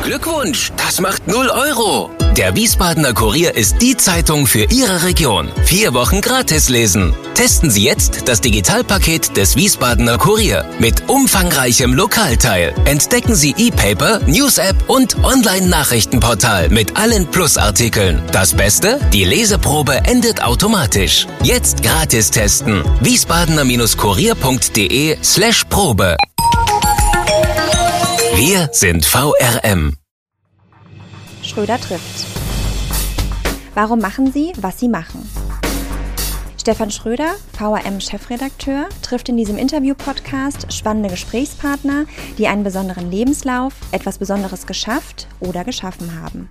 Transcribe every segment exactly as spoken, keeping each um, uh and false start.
Glückwunsch, das macht null Euro. Der Wiesbadener Kurier ist die Zeitung für Ihre Region. Vier Wochen gratis lesen. Testen Sie jetzt das Digitalpaket des Wiesbadener Kurier mit umfangreichem Lokalteil. Entdecken Sie E-Paper, News-App und Online-Nachrichtenportal mit allen Plus-Artikeln. Das Beste? Die Leseprobe endet automatisch. Jetzt gratis testen. wiesbadener-kurier.de slash Probe. Wir sind V R M. Schröder trifft. Warum machen Sie, was Sie machen? Stefan Schröder, V R M-Chefredakteur, trifft in diesem Interview-Podcast spannende Gesprächspartner, die einen besonderen Lebenslauf, etwas Besonderes geschafft oder geschaffen haben.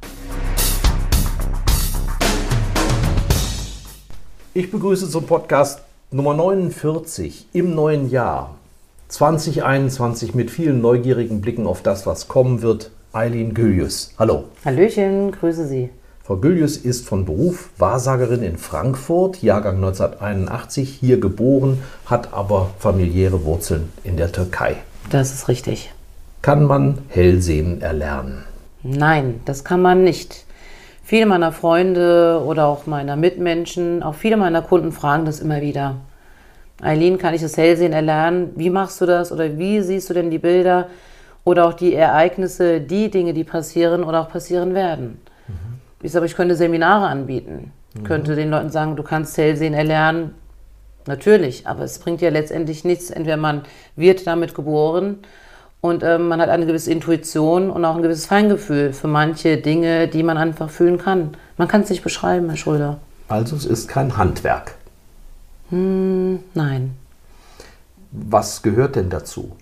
Ich begrüße zum Podcast Nummer neunundvierzig im neuen Jahr zwanzig einundzwanzig mit vielen neugierigen Blicken auf das, was kommen wird. Eileen Güljus. Hallo. Hallöchen, grüße Sie. Frau Güljus ist von Beruf Wahrsagerin in Frankfurt, Jahrgang neunzehnhunderteinundachtzig, hier geboren, hat aber familiäre Wurzeln in der Türkei. Das ist richtig. Kann man Hellsehen erlernen? Nein, das kann man nicht. Viele meiner Freunde oder auch meiner Mitmenschen, auch viele meiner Kunden fragen das immer wieder. Eileen, kann ich das Hellsehen erlernen? Wie machst du das? Oder wie siehst du denn die Bilder? Oder auch die Ereignisse, die Dinge, die passieren oder auch passieren werden. Mhm. Ich sage, ich könnte Seminare anbieten. Mhm. Könnte den Leuten sagen, du kannst Hellsehen erlernen. Natürlich, aber es bringt ja letztendlich nichts. Entweder man wird damit geboren und äh, man hat eine gewisse Intuition und auch ein gewisses Feingefühl für manche Dinge, die man einfach fühlen kann. Man kann es nicht beschreiben, Herr Schröder. Also es ist kein Handwerk? Hm, nein. Was gehört denn dazu?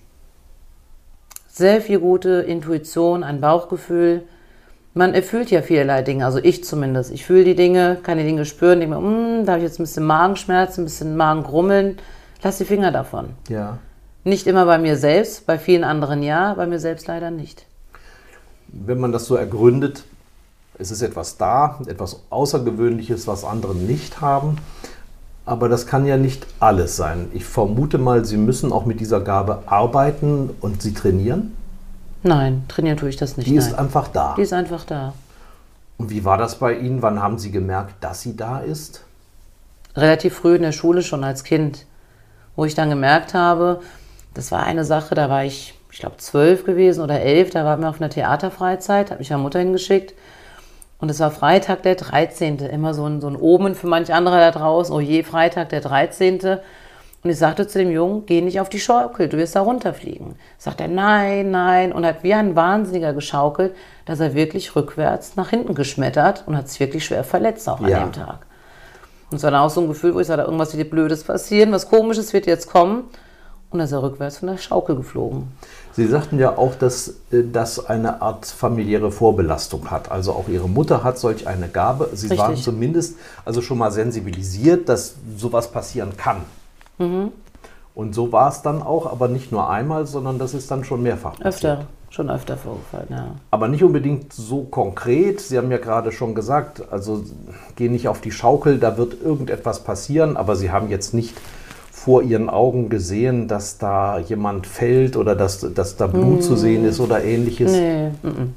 Sehr viel gute Intuition, ein Bauchgefühl. Man erfüllt ja vielerlei Dinge, also ich zumindest. Ich fühle die Dinge, kann die Dinge spüren, denke mir, mm, da habe ich jetzt ein bisschen Magenschmerzen, ein bisschen Magengrummeln. Lass die Finger davon. Ja. Nicht immer bei mir selbst, bei vielen anderen ja, bei mir selbst leider nicht. Wenn man das so ergründet, es ist etwas da, etwas Außergewöhnliches, was andere nicht haben. Aber das kann ja nicht alles sein. Ich vermute mal, Sie müssen auch mit dieser Gabe arbeiten und sie trainieren? Nein, trainieren tue ich das nicht. Die ist nein. einfach da? Die ist einfach da. Und wie war das bei Ihnen? Wann haben Sie gemerkt, dass sie da ist? Relativ früh in der Schule, schon als Kind. Wo ich dann gemerkt habe, das war eine Sache, da war ich, ich glaube, zwölf gewesen oder elf. Da waren wir auf einer Theaterfreizeit, habe mich meine Mutter hingeschickt. Und es war Freitag der dreizehnte Immer so ein, so ein Omen für manche andere da draußen. Oh je, Freitag der dreizehnte Und ich sagte zu dem Jungen, geh nicht auf die Schaukel, du wirst da runterfliegen. Sagt er, nein, nein. Und hat wie ein Wahnsinniger geschaukelt, dass er wirklich rückwärts nach hinten geschmettert und hat sich wirklich schwer verletzt auch an ja. dem Tag. Und es war dann auch so ein Gefühl, wo ich sagte, irgendwas wird Blödes passieren, was Komisches wird jetzt kommen. Und dann ist er rückwärts von der Schaukel geflogen. Sie sagten ja auch, dass das eine Art familiäre Vorbelastung hat. Also auch Ihre Mutter hat solch eine Gabe. Sie Richtig. waren zumindest also schon mal sensibilisiert, dass sowas passieren kann. Mhm. Und so war es dann auch, aber nicht nur einmal, sondern das ist dann schon mehrfach passiert. Öfter, schon öfter vorgefallen, ja. Aber nicht unbedingt so konkret. Sie haben ja gerade schon gesagt, also geh nicht auf die Schaukel, da wird irgendetwas passieren. Aber Sie haben jetzt nicht vor Ihren Augen gesehen, dass da jemand fällt oder dass, dass da Blut mm. zu sehen ist oder ähnliches? Nee. Mm-mm.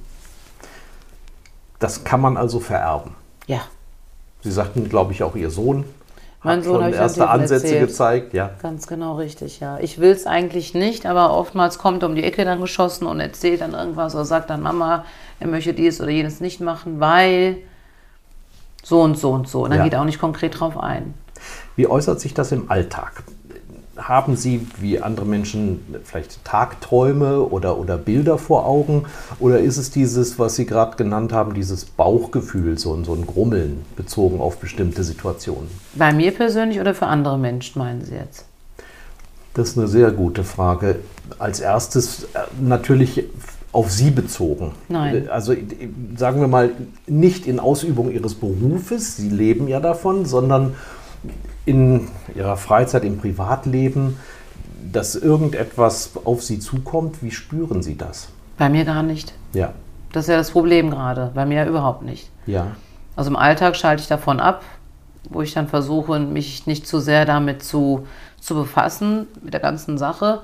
Das kann man also vererben? Ja. Sie sagten, glaube ich, auch Ihr Sohn mein hat Sohn schon erste Ansätze erzählt. gezeigt. Ja. Ganz genau richtig, ja. Ich will es eigentlich nicht, aber oftmals kommt er um die Ecke dann geschossen und erzählt dann irgendwas oder sagt dann, Mama, er möchte dies oder jenes nicht machen, weil so und so und so. Und dann ja. geht er auch nicht konkret drauf ein. Wie äußert sich das im Alltag? Haben Sie, wie andere Menschen, vielleicht Tagträume oder, oder Bilder vor Augen? Oder ist es dieses, was Sie gerade genannt haben, dieses Bauchgefühl, so, so ein Grummeln bezogen auf bestimmte Situationen? Bei mir persönlich oder für andere Menschen, meinen Sie jetzt? Das ist eine sehr gute Frage. Als erstes natürlich auf Sie bezogen. Nein. Also sagen wir mal, nicht in Ausübung Ihres Berufes, Sie leben ja davon, sondern in Ihrer Freizeit, im Privatleben, dass irgendetwas auf Sie zukommt. Wie spüren Sie das? Bei mir gar nicht. Ja. Das ist ja das Problem gerade. Bei mir überhaupt nicht. Ja. Also im Alltag schalte ich davon ab, wo ich dann versuche, mich nicht zu sehr damit zu, zu befassen, mit der ganzen Sache.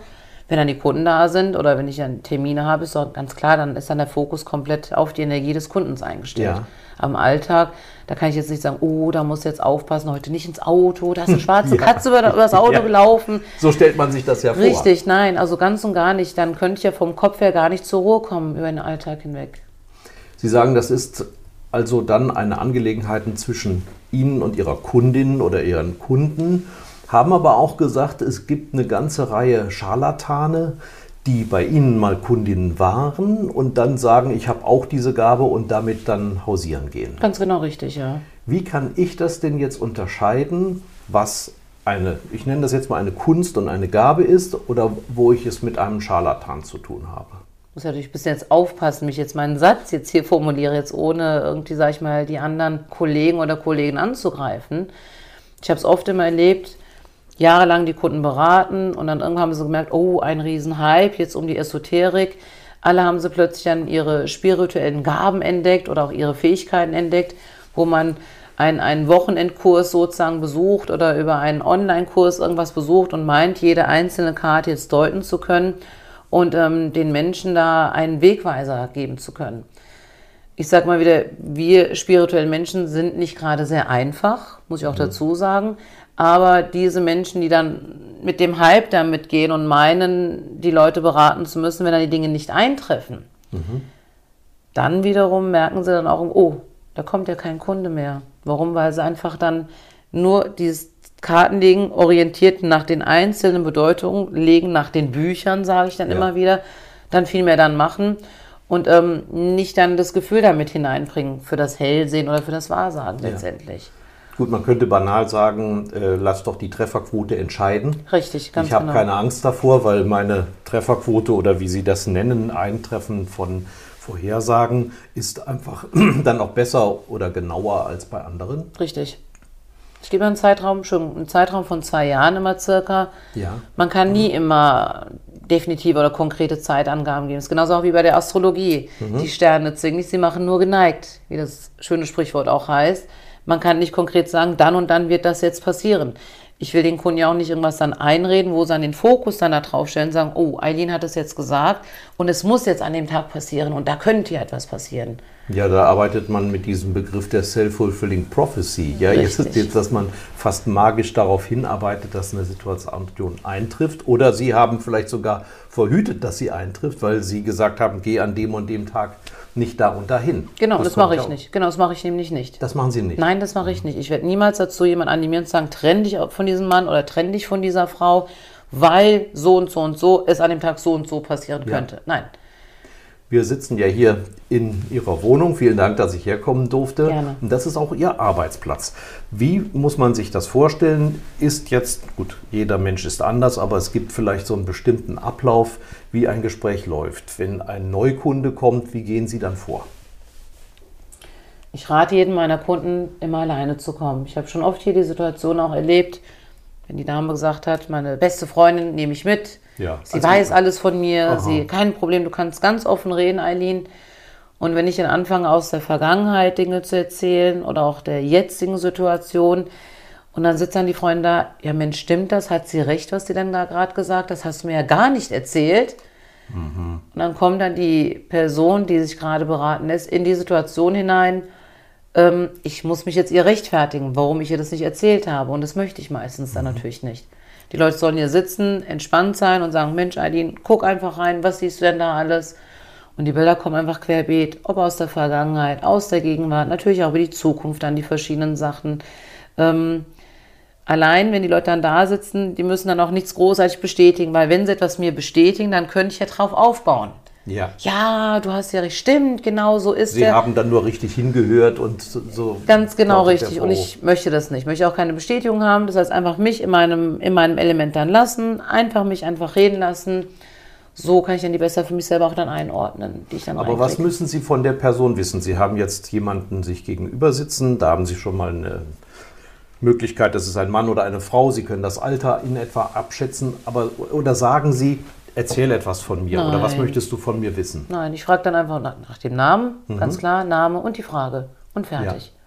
Wenn dann die Kunden da sind oder wenn ich dann Termine habe, ist doch ganz klar, dann ist dann der Fokus komplett auf die Energie des Kundens eingestellt. Ja. Am Alltag, da kann ich jetzt nicht sagen, oh, da musst du jetzt aufpassen, heute nicht ins Auto, da ist eine schwarze Ja. Katze über, über das Auto Ja. gelaufen. So stellt man sich das ja vor. Richtig, nein, also ganz und gar nicht. Dann könnte ich ja vom Kopf her gar nicht zur Ruhe kommen über den Alltag hinweg. Sie sagen, das ist also dann eine Angelegenheit zwischen Ihnen und Ihrer Kundin oder Ihren Kunden, haben aber auch gesagt, es gibt eine ganze Reihe Scharlatane, die bei Ihnen mal Kundinnen waren und dann sagen, ich habe auch diese Gabe und damit dann hausieren gehen. Ganz genau richtig, ja. Wie kann ich das denn jetzt unterscheiden, was eine, ich nenne das jetzt mal eine Kunst und eine Gabe ist oder wo ich es mit einem Scharlatan zu tun habe? Ich muss natürlich ein bisschen jetzt aufpassen, mich jetzt meinen Satz jetzt hier formuliere, jetzt ohne irgendwie, sag ich mal, die anderen Kollegen oder Kolleginnen anzugreifen. Ich habe es oft immer erlebt, jahrelang die Kunden beraten und dann irgendwann haben sie gemerkt, oh, ein Riesenhype jetzt um die Esoterik. Alle haben sie plötzlich dann ihre spirituellen Gaben entdeckt oder auch ihre Fähigkeiten entdeckt, wo man einen, einen Wochenendkurs sozusagen besucht oder über einen Online-Kurs irgendwas besucht und meint, jede einzelne Karte jetzt deuten zu können und ähm, den Menschen da einen Wegweiser geben zu können. Ich sage mal wieder, wir spirituellen Menschen sind nicht gerade sehr einfach, muss ich auch mhm. dazu sagen. Aber diese Menschen, die dann mit dem Hype da mitgehen und meinen, die Leute beraten zu müssen, wenn dann die Dinge nicht eintreffen, mhm. dann wiederum merken sie dann auch, oh, da kommt ja kein Kunde mehr. Warum? Weil sie einfach dann nur dieses Kartenlegen orientiert nach den einzelnen Bedeutungen, legen nach den Büchern, sage ich dann ja. immer wieder, dann viel mehr dann machen und ähm, nicht dann das Gefühl damit hineinbringen für das Hellsehen oder für das Wahrsagen ja. letztendlich. Gut, man könnte banal sagen, äh, lass doch die Trefferquote entscheiden. Richtig, ganz Ich habe genau. keine Angst davor, weil meine Trefferquote oder wie Sie das nennen, Eintreffen von Vorhersagen, ist einfach dann auch besser oder genauer als bei anderen. Richtig. Ich gebe einen Zeitraum, schon einen Zeitraum von zwei Jahren immer circa. Ja. Man kann nie immer definitive oder konkrete Zeitangaben geben. Das ist genauso auch wie bei der Astrologie. Mhm. Die Sterne zwingen nicht, sie machen nur geneigt, wie das schöne Sprichwort auch heißt. Man kann nicht konkret sagen, dann und dann wird das jetzt passieren. Ich will den Kunden ja auch nicht irgendwas dann einreden, wo sie dann den Fokus dann da drauf stellen und sagen, oh, Eileen hat es jetzt gesagt und es muss jetzt an dem Tag passieren und da könnte ja etwas passieren. Ja, da arbeitet man mit diesem Begriff der Self-Fulfilling Prophecy. Ja, jetzt ist jetzt, dass man fast magisch darauf hinarbeitet, dass eine Situation eintrifft. Oder Sie haben vielleicht sogar verhütet, dass sie eintrifft, weil Sie gesagt haben, geh an dem und dem Tag nicht da und dahin. Genau, das, das mache ich auch nicht. Genau, das mache ich nämlich nicht. Das machen Sie nicht? Nein, das mache ich nicht. Ich werde niemals dazu jemanden animieren und sagen, trenn dich von diesem Mann oder trenn dich von dieser Frau, weil so und so und so es an dem Tag so und so passieren ja. könnte. Nein. Wir sitzen ja hier in Ihrer Wohnung. Vielen Dank, dass ich herkommen durfte. Gerne. Und das ist auch Ihr Arbeitsplatz. Wie muss man sich das vorstellen? Ist jetzt, gut, jeder Mensch ist anders, aber es gibt vielleicht so einen bestimmten Ablauf, wie ein Gespräch läuft. Wenn ein Neukunde kommt, wie gehen Sie dann vor? Ich rate jedem meiner Kunden, immer alleine zu kommen. Ich habe schon oft hier die Situation auch erlebt, wenn die Dame gesagt hat, meine beste Freundin nehme ich mit. Ja, sie also weiß alles von mir, aha. sie, kein Problem, du kannst ganz offen reden, Eileen. Und wenn ich dann anfange, aus der Vergangenheit Dinge zu erzählen oder auch der jetzigen Situation, und dann sitzt dann die Freundin da, ja Mensch, stimmt das? Hat sie recht, was sie denn da gerade gesagt hat? Das hast du mir ja gar nicht erzählt. Mhm. Und dann kommt dann die Person, die sich gerade beraten lässt, in die Situation hinein, ähm, ich muss mich jetzt ihr rechtfertigen, warum ich ihr das nicht erzählt habe. Und das möchte ich meistens dann mhm. natürlich nicht. Die Leute sollen hier sitzen, entspannt sein und sagen, Mensch, Eileen, guck einfach rein, was siehst du denn da alles? Und die Bilder kommen einfach querbeet, ob aus der Vergangenheit, aus der Gegenwart, natürlich auch über die Zukunft, dann die verschiedenen Sachen. Ähm, allein, wenn die Leute dann da sitzen, die müssen dann auch nichts großartig bestätigen, weil wenn sie etwas mir bestätigen, dann könnte ich ja drauf aufbauen. Ja. Ja, du hast ja recht, stimmt, genau so ist Sie der. haben dann nur richtig hingehört und so. Ganz genau richtig. Und ich möchte das nicht. Ich möchte auch keine Bestätigung haben. Das heißt, einfach mich in meinem, in meinem Element dann lassen, einfach mich einfach reden lassen. So kann ich dann die besser für mich selber auch dann einordnen, die ich dann Aber was müssen Sie von der Person wissen? Sie haben jetzt jemanden sich gegenüber sitzen, da haben Sie schon mal eine Möglichkeit, das ist ein Mann oder eine Frau, Sie können das Alter in etwa abschätzen, aber oder sagen Sie, erzähl etwas von mir. Nein. Oder was möchtest du von mir wissen? Nein, ich frage dann einfach nach, nach dem Namen, mhm. ganz klar, Name und die Frage und fertig.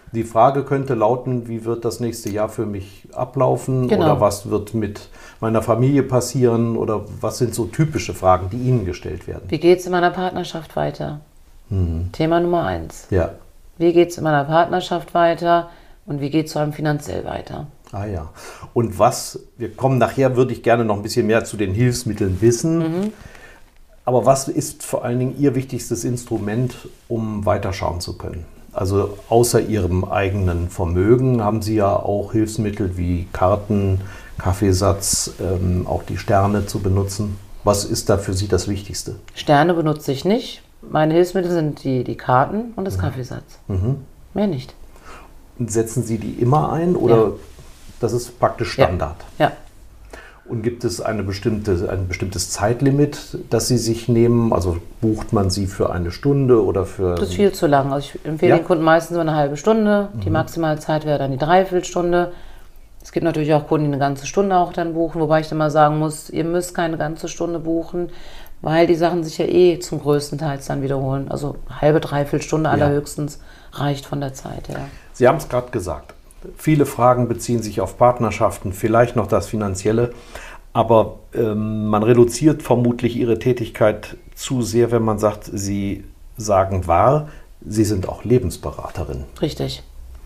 Die Frage könnte lauten, wie wird das nächste Jahr für mich ablaufen? Genau. Oder was wird mit meiner Familie passieren? Oder was sind so typische Fragen, die Ihnen gestellt werden? Wie geht es in meiner Partnerschaft weiter? Mhm. Thema Nummer eins. Ja. Wie geht es in meiner Partnerschaft weiter und wie geht es einem finanziell weiter? Ah ja. Und was, wir kommen nachher, würde ich gerne noch ein bisschen mehr zu den Hilfsmitteln wissen. Mhm. Aber was ist vor allen Dingen Ihr wichtigstes Instrument, um weiterschauen zu können? Also außer Ihrem eigenen Vermögen haben Sie ja auch Hilfsmittel wie Karten, Kaffeesatz, ähm, auch die Sterne zu benutzen. Was ist da für Sie das Wichtigste? Sterne benutze ich nicht. Meine Hilfsmittel sind die, die Karten und das mhm. Kaffeesatz. Mhm. Mehr nicht. Und setzen Sie die immer ein oder ja. das ist praktisch Standard? Ja. ja. Und gibt es eine bestimmte, ein bestimmtes Zeitlimit, das Sie sich nehmen? Also bucht man sie für eine Stunde oder für... Das ist viel zu lang. Also ich empfehle ja? den Kunden meistens so eine halbe Stunde. Mhm. Die maximale Zeit wäre dann die Dreiviertelstunde. Es gibt natürlich auch Kunden, die eine ganze Stunde auch dann buchen, wobei ich dann mal sagen muss, ihr müsst keine ganze Stunde buchen, weil die Sachen sich ja eh zum größten Teil dann wiederholen. Also eine halbe, Dreiviertelstunde allerhöchstens ja. reicht von der Zeit her. Sie haben es gerade gesagt. Viele Fragen beziehen sich auf Partnerschaften, vielleicht noch das Finanzielle, aber ähm, man reduziert vermutlich Ihre Tätigkeit zu sehr, wenn man sagt, Sie sagen wahr, Sie sind auch Lebensberaterin. Richtig.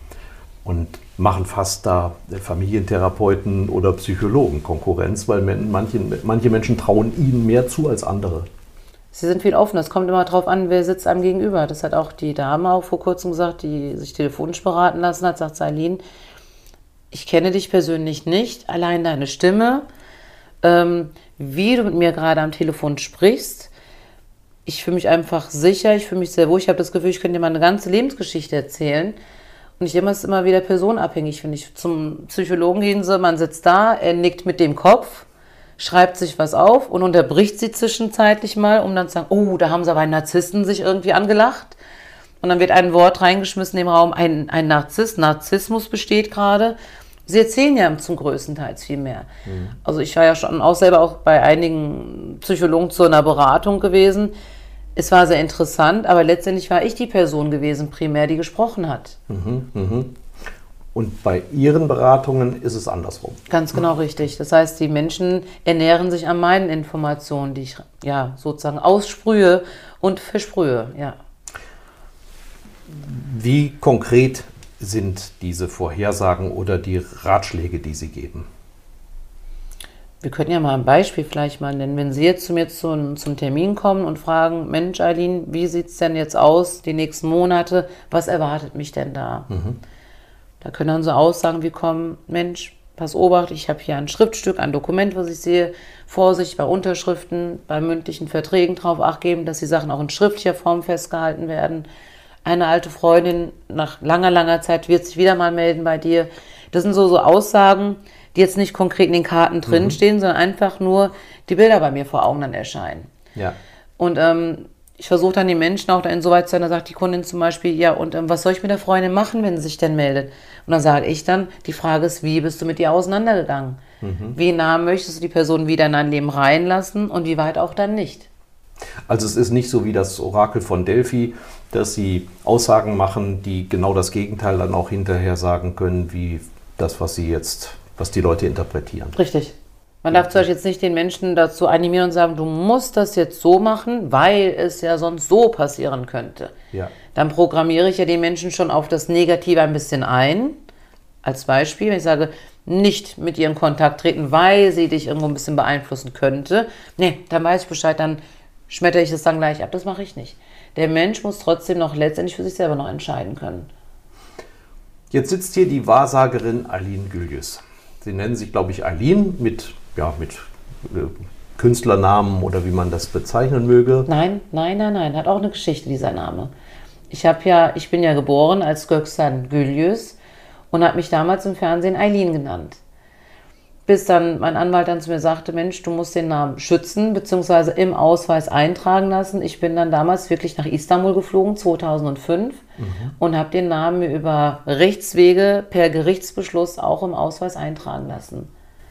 Und machen fast da Familientherapeuten oder Psychologen Konkurrenz, weil manche, manche Menschen trauen Ihnen mehr zu als andere. Sie sind viel offener. Es kommt immer darauf an, wer sitzt einem gegenüber. Das hat auch die Dame auch vor kurzem gesagt, die sich telefonisch beraten lassen hat, sagt Eileen, ich kenne dich persönlich nicht, allein deine Stimme, ähm, wie du mit mir gerade am Telefon sprichst. Ich fühle mich einfach sicher, ich fühle mich sehr wohl. Ich habe das Gefühl, ich könnte dir mal eine ganze Lebensgeschichte erzählen. Und ich immer ist immer wieder personenabhängig, finde ich. Zum Psychologen gehen sie, man sitzt da, er nickt mit dem Kopf, schreibt sich was auf und unterbricht sie zwischenzeitlich mal, um dann zu sagen, oh, da haben sie aber einen Narzissten sich irgendwie angelacht. Und dann wird ein Wort reingeschmissen im Raum, ein, ein Narzisst, Narzissmus besteht gerade. Sie erzählen ja zum größten Teil viel mehr. Mhm. Also ich war ja schon auch selber auch bei einigen Psychologen zu einer Beratung gewesen. Es war sehr interessant, aber letztendlich war ich die Person gewesen, primär, die gesprochen hat. Mhm, mhm. Und bei Ihren Beratungen ist es andersrum. Ganz genau richtig. Das heißt, die Menschen ernähren sich an meinen Informationen, die ich ja sozusagen aussprühe und versprühe. Ja. Wie konkret sind diese Vorhersagen oder die Ratschläge, die Sie geben? Wir können ja mal ein Beispiel vielleicht mal nennen. Wenn Sie jetzt zu mir zum, zum Termin kommen und fragen, Mensch, Eileen, wie sieht es denn jetzt aus, die nächsten Monate, was erwartet mich denn da? Mhm. Da können dann so Aussagen wie kommen, Mensch, pass Obacht, ich habe hier ein Schriftstück, ein Dokument, was ich sehe, Vorsicht bei Unterschriften, bei mündlichen Verträgen drauf Acht geben, dass die Sachen auch in schriftlicher Form festgehalten werden. Eine alte Freundin nach langer, langer Zeit wird sich wieder mal melden bei dir. Das sind so, so Aussagen, die jetzt nicht konkret in den Karten drinstehen, mhm. sondern einfach nur die Bilder bei mir vor Augen dann erscheinen. Ja. Und ähm, ich versuche dann die Menschen auch da insoweit zu sein, da sagt die Kundin zum Beispiel, ja, und ähm, was soll ich mit der Freundin machen, wenn sie sich denn meldet? Und dann sage ich dann, die Frage ist, wie bist du mit ihr auseinandergegangen? Mhm. Wie nah möchtest du die Person wieder in dein Leben reinlassen und wie weit auch dann nicht? Also es ist nicht so wie das Orakel von Delphi, dass sie Aussagen machen, die genau das Gegenteil dann auch hinterher sagen können, wie das, was sie jetzt, was die Leute interpretieren. Richtig. Man darf zum Beispiel jetzt nicht den Menschen dazu animieren und sagen, du musst das jetzt so machen, weil es ja sonst so passieren könnte. Ja. Dann programmiere ich ja den Menschen schon auf das Negative ein bisschen ein. Als Beispiel, wenn ich sage, nicht mit ihr in Kontakt treten, weil sie dich irgendwo ein bisschen beeinflussen könnte. Nee, dann weiß ich Bescheid, dann schmetter ich das dann gleich ab. Das mache ich nicht. Der Mensch muss trotzdem noch letztendlich für sich selber noch entscheiden können. Jetzt sitzt hier die Wahrsagerin Eileen Güljus. Sie nennen sich, glaube ich, Eileen mit, ja, mit äh, Künstlernamen oder wie man das bezeichnen möge. Nein, nein, nein, nein. Hat auch eine Geschichte, dieser Name. Ich, hab ja, ich bin ja geboren als Göksan Güljus und habe mich damals im Fernsehen Eileen genannt. Bis dann mein Anwalt dann zu mir sagte, Mensch, du musst den Namen schützen bzw. im Ausweis eintragen lassen. Ich bin dann damals wirklich nach Istanbul geflogen, zweitausendfünf, mhm. und habe den Namen über Rechtswege per Gerichtsbeschluss auch im Ausweis eintragen lassen.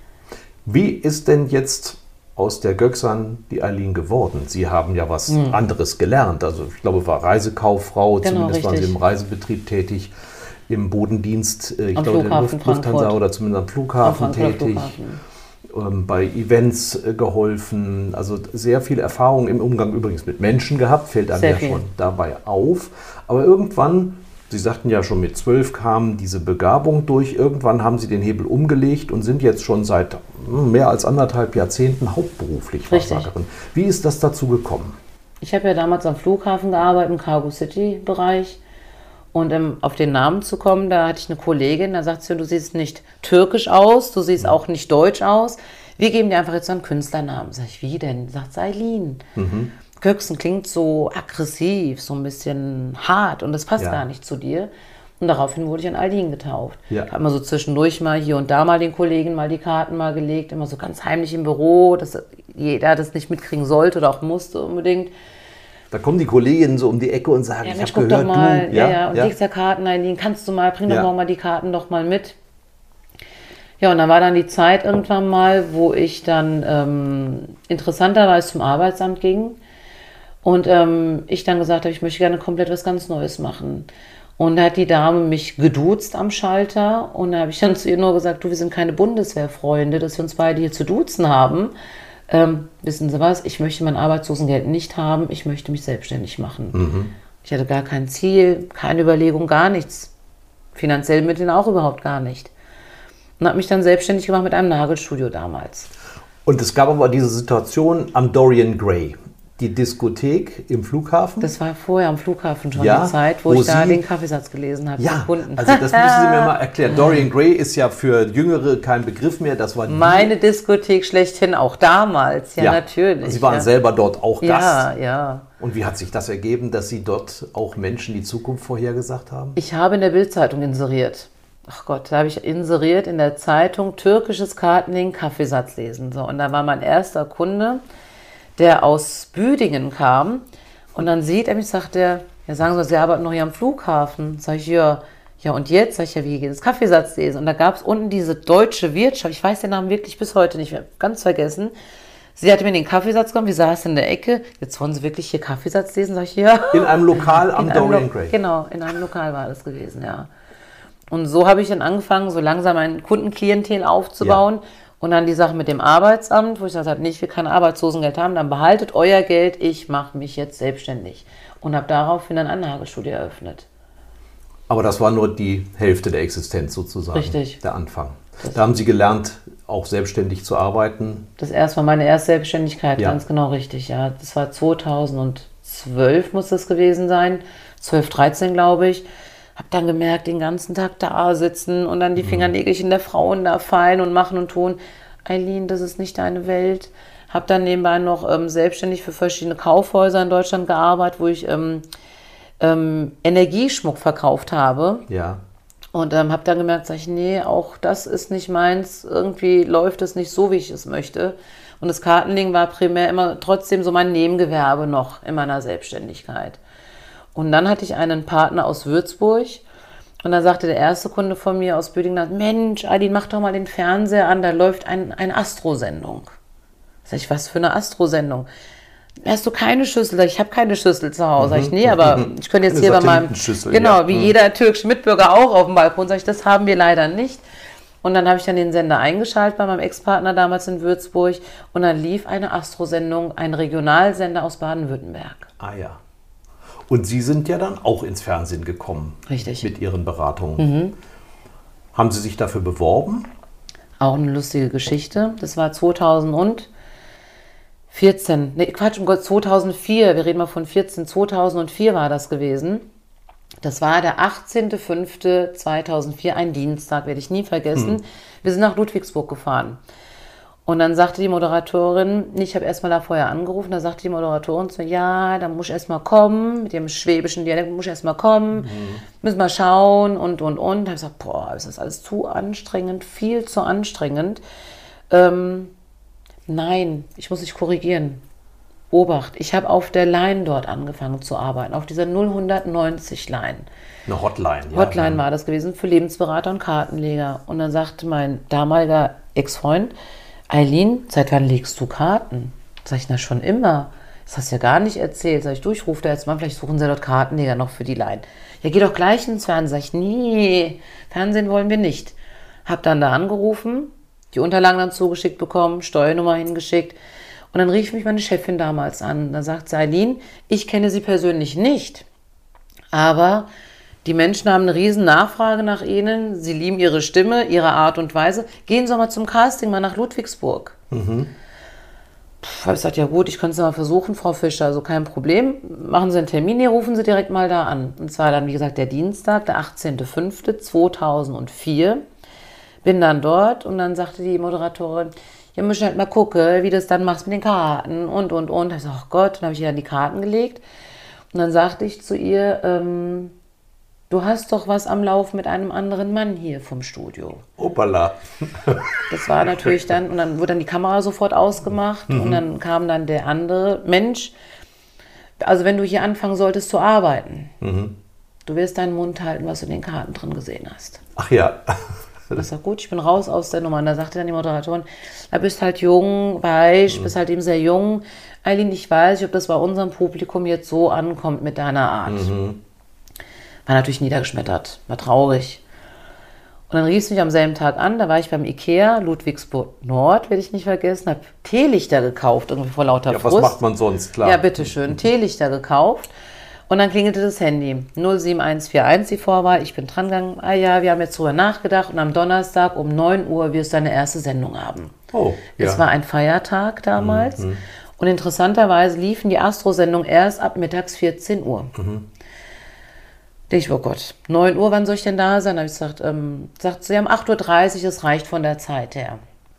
Wie ist denn jetzt aus der Göksan die Eileen geworden? Sie haben ja was mhm. anderes gelernt. Also ich glaube, war Reisekauffrau, genau, zumindest richtig. waren Sie im Reisebetrieb tätig. im Bodendienst, äh, ich am glaube, in der Flughafen Luft, Lufthansa Frankfurt. oder zumindest am Flughafen Am Frankfurter tätig. Flughafen. Bei Events geholfen, also sehr viel Erfahrung im Umgang übrigens mit Menschen gehabt, fällt einem Sehr ja viel. schon dabei auf. Aber irgendwann, Sie sagten ja schon mit zwölf kam diese Begabung durch, irgendwann haben Sie den Hebel umgelegt und sind jetzt schon seit mehr als anderthalb Jahrzehnten hauptberuflich Wahrsagerin. Wie ist das dazu gekommen? Ich habe ja damals am Flughafen gearbeitet, im Cargo City-Bereich. Und um auf den Namen zu kommen, da hatte ich eine Kollegin, da sagt sie, du siehst nicht türkisch aus, du siehst auch nicht deutsch aus. Wir geben dir einfach jetzt so einen Künstlernamen. Sag ich, wie denn? Sagt sie, Aylin. Mhm. Göksen klingt so aggressiv, so ein bisschen hart und das passt Ja. gar nicht zu dir. Und daraufhin wurde ich an Aylin getauft. Ja. Ich habe mal so zwischendurch mal hier und da mal den Kollegen mal die Karten mal gelegt, immer so ganz heimlich im Büro, dass jeder das nicht mitkriegen sollte oder auch musste unbedingt. Da kommen die Kolleginnen so um die Ecke und sagen, Ja, ich Mensch, habe guck gehört, doch mal, du, ja, ja, und legst ja Karten, Aylin, kannst du mal, bring Ja. doch mal, mal die Karten doch mal mit. Ja, und dann war dann die Zeit irgendwann mal, wo ich dann ähm, interessanterweise zum Arbeitsamt ging und ähm, ich dann gesagt habe, ich möchte gerne komplett was ganz Neues machen. Und da hat die Dame mich geduzt am Schalter und da habe ich dann zu ihr nur gesagt, du, wir sind keine Bundeswehrfreunde, dass wir uns beide hier zu duzen haben. Ähm, wissen Sie was, ich möchte mein Arbeitslosengeld nicht haben, ich möchte mich selbstständig machen. Mhm. Ich hatte gar kein Ziel, keine Überlegung, gar nichts. Finanziell Mittel auch überhaupt gar nicht. Und habe mich dann selbstständig gemacht mit einem Nagelstudio damals. Und es gab aber diese Situation am Dorian Gray, die Diskothek im Flughafen. Das war vorher am Flughafen schon Ja, die Zeit, wo, wo ich da Sie- den Kaffeesatz gelesen habe. Ja, vom Kunden. also das müssen Sie mir mal erklären. Dorian Gray ist ja für Jüngere kein Begriff mehr. Das war die- Meine Diskothek schlechthin, auch damals, ja, natürlich. Sie waren ja. selber dort auch Gast. Ja, ja. Und wie hat sich das ergeben, dass Sie dort auch Menschen die Zukunft vorhergesagt haben? Ich habe in der Bild-Zeitung inseriert. Ach Gott, da habe ich inseriert in der Zeitung türkisches Kartenlegen, Kaffeesatz lesen. So, und da war mein erster Kunde, der aus Büdingen kam. Und dann sieht er mich, sagt er, ja, sagen Sie, Sie arbeiten noch hier am Flughafen. Sag ich, ja, ja, und jetzt? Sag ich, ja, wie geht das Kaffeesatz lesen? Und da gab es unten diese deutsche Wirtschaft, ich weiß den Namen wirklich bis heute nicht, ich hab ganz vergessen. Sie hatte mir den Kaffeesatz gegeben, wir saßen in der Ecke. Jetzt wollen Sie wirklich hier Kaffeesatz lesen? Sag ich, ja. In einem Lokal am In einem Dorian Lo- Gray. Genau, in einem Lokal war das gewesen, ja. Und so habe ich dann angefangen, so langsam ein Kundenklientel aufzubauen. Ja. Und dann die Sache mit dem Arbeitsamt, wo ich gesagt habe, nicht, wir kein Arbeitslosengeld haben, dann behaltet euer Geld, ich mache mich jetzt selbstständig. Und habe daraufhin ein Nagelstudio eröffnet. Aber das war nur die Hälfte der Existenz sozusagen. Richtig. Der Anfang. Da haben Sie gelernt, auch selbstständig zu arbeiten. Das erste war meine erste Selbstständigkeit, Ja. ganz genau richtig, ja. Das war zweitausendzwölf muss das gewesen sein, zwölf, dreizehn glaube ich. Hab dann gemerkt, den ganzen Tag da sitzen und dann die Fingernägelchen der Frauen da fallen und machen und tun. Aylin, das ist nicht deine Welt. Hab dann nebenbei noch ähm, selbstständig für verschiedene Kaufhäuser in Deutschland gearbeitet, wo ich ähm, ähm, Energieschmuck verkauft habe. Ja. Und ähm, habe dann gemerkt, sag ich, nee, auch das ist nicht meins. Irgendwie läuft es nicht so, wie ich es möchte. Und das Kartenlegen war primär immer trotzdem so mein Nebengewerbe noch in meiner Selbstständigkeit. Und dann hatte ich einen Partner aus Würzburg. Und dann sagte der erste Kunde von mir aus Büdingen, Mensch, Aylin, mach doch mal den Fernseher an, da läuft ein, eine Astro-Sendung. Sag ich, was für eine Astro-Sendung? Hast du keine Schüssel? Sag ich, ich habe keine Schüssel zu Hause. Sag ich, nee, aber ich könnte jetzt Eine hier bei meinem, Satellitenschüssel, genau, ja. wie Mhm. jeder türkische Mitbürger auch auf dem Balkon. Sag ich, das haben wir leider nicht. Und dann habe ich dann den Sender eingeschaltet bei meinem Ex-Partner damals in Würzburg. Und dann lief eine Astro-Sendung, ein Regionalsender aus Baden-Württemberg. Ah ja. Und Sie sind ja dann auch ins Fernsehen gekommen. Richtig. Mit Ihren Beratungen. Haben Sie sich dafür beworben? Auch eine lustige Geschichte. Das war zweitausendvierzehn, nee, Quatsch, um Gott, zweitausendvier, wir reden mal von vierzehn, zweitausendvier war das gewesen. Das war der achtzehnter fünfter zweitausendvier, ein Dienstag, werde ich nie vergessen. Hm. Wir sind nach Ludwigsburg gefahren. Und dann sagte die Moderatorin, ich habe erstmal da vorher angerufen, da sagte die Moderatorin zu mir, ja, da muss ich erstmal kommen, mit dem schwäbischen Dialekt muss ich erstmal kommen, mhm. müssen wir schauen und, und, und. Da habe ich gesagt, boah, ist das alles zu anstrengend, viel zu anstrengend. Ähm, nein, ich muss dich korrigieren. Obacht, ich habe auf der Line dort angefangen zu arbeiten, auf dieser null neunzig Line. Eine Hotline, ja. Hotline war das gewesen für Lebensberater und Kartenleger. Und dann sagte mein damaliger Ex-Freund, Aylin, seit wann legst du Karten? Sag ich, na schon immer. Das hast du ja gar nicht erzählt. Sag ich, du, ich rufe da jetzt mal, vielleicht suchen sie dort Kartenleger noch für die Line. Ja, geh doch gleich ins Fernsehen. Sag ich, nee, Fernsehen wollen wir nicht. Hab dann da angerufen, die Unterlagen dann zugeschickt bekommen, Steuernummer hingeschickt. Und dann rief mich meine Chefin damals an. Da sagt sie, Aline, ich kenne Sie persönlich nicht, aber die Menschen haben eine riesen Nachfrage nach Ihnen. Sie lieben Ihre Stimme, Ihre Art und Weise. Gehen Sie mal zum Casting, mal nach Ludwigsburg. Mhm. Puh, hab ich gesagt, ja gut, ich könnte es mal versuchen, Frau Fischer, also kein Problem. Machen Sie einen Termin, hier rufen Sie direkt mal da an. Und zwar dann, wie gesagt, der Dienstag, der achtzehnter fünfter zweitausendvier. Bin dann dort und dann sagte die Moderatorin, ja, müssen halt mal gucken, wie du das dann machst mit den Karten und, und, und. Da ich so, ach Gott, dann habe ich ihr dann die Karten gelegt. Und dann sagte ich zu ihr, ähm, du hast doch was am Lauf mit einem anderen Mann hier vom Studio. Opala. Das war natürlich dann, und dann wurde dann die Kamera sofort ausgemacht mhm. und dann kam dann der andere Mensch. Also wenn du hier anfangen solltest zu arbeiten, mhm. du wirst deinen Mund halten, was du in den Karten drin gesehen hast. Ach ja. Ich sag, gut, ich bin raus aus der Nummer. Und da sagte dann die Moderatorin, du bist halt jung, weich, mhm. bist halt eben sehr jung. Aline, ich weiß nicht, ob das bei unserem Publikum jetzt so ankommt mit deiner Art. Mhm. War natürlich niedergeschmettert, war traurig. Und dann rief es mich am selben Tag an, da war ich beim Ikea, Ludwigsburg Nord, werde ich nicht vergessen, habe Teelichter gekauft, irgendwie vor lauter ja, Frust. Was macht man sonst, klar. Ja, bitteschön, Teelichter gekauft. Und dann klingelte das Handy, null sieben eins vier eins die Vorwahl, ich bin dran gegangen, ah ja, wir haben jetzt drüber nachgedacht und am Donnerstag um neun Uhr wirst du deine erste Sendung haben. Oh, ja. Es war ein Feiertag damals mhm. und interessanterweise liefen die Astro-Sendungen erst ab mittags vierzehn Uhr. Mhm. Da ich, oh Gott, neun Uhr, wann soll ich denn da sein? Da habe ich gesagt, ähm, sagt sie, um acht Uhr dreißig, das reicht von der Zeit her.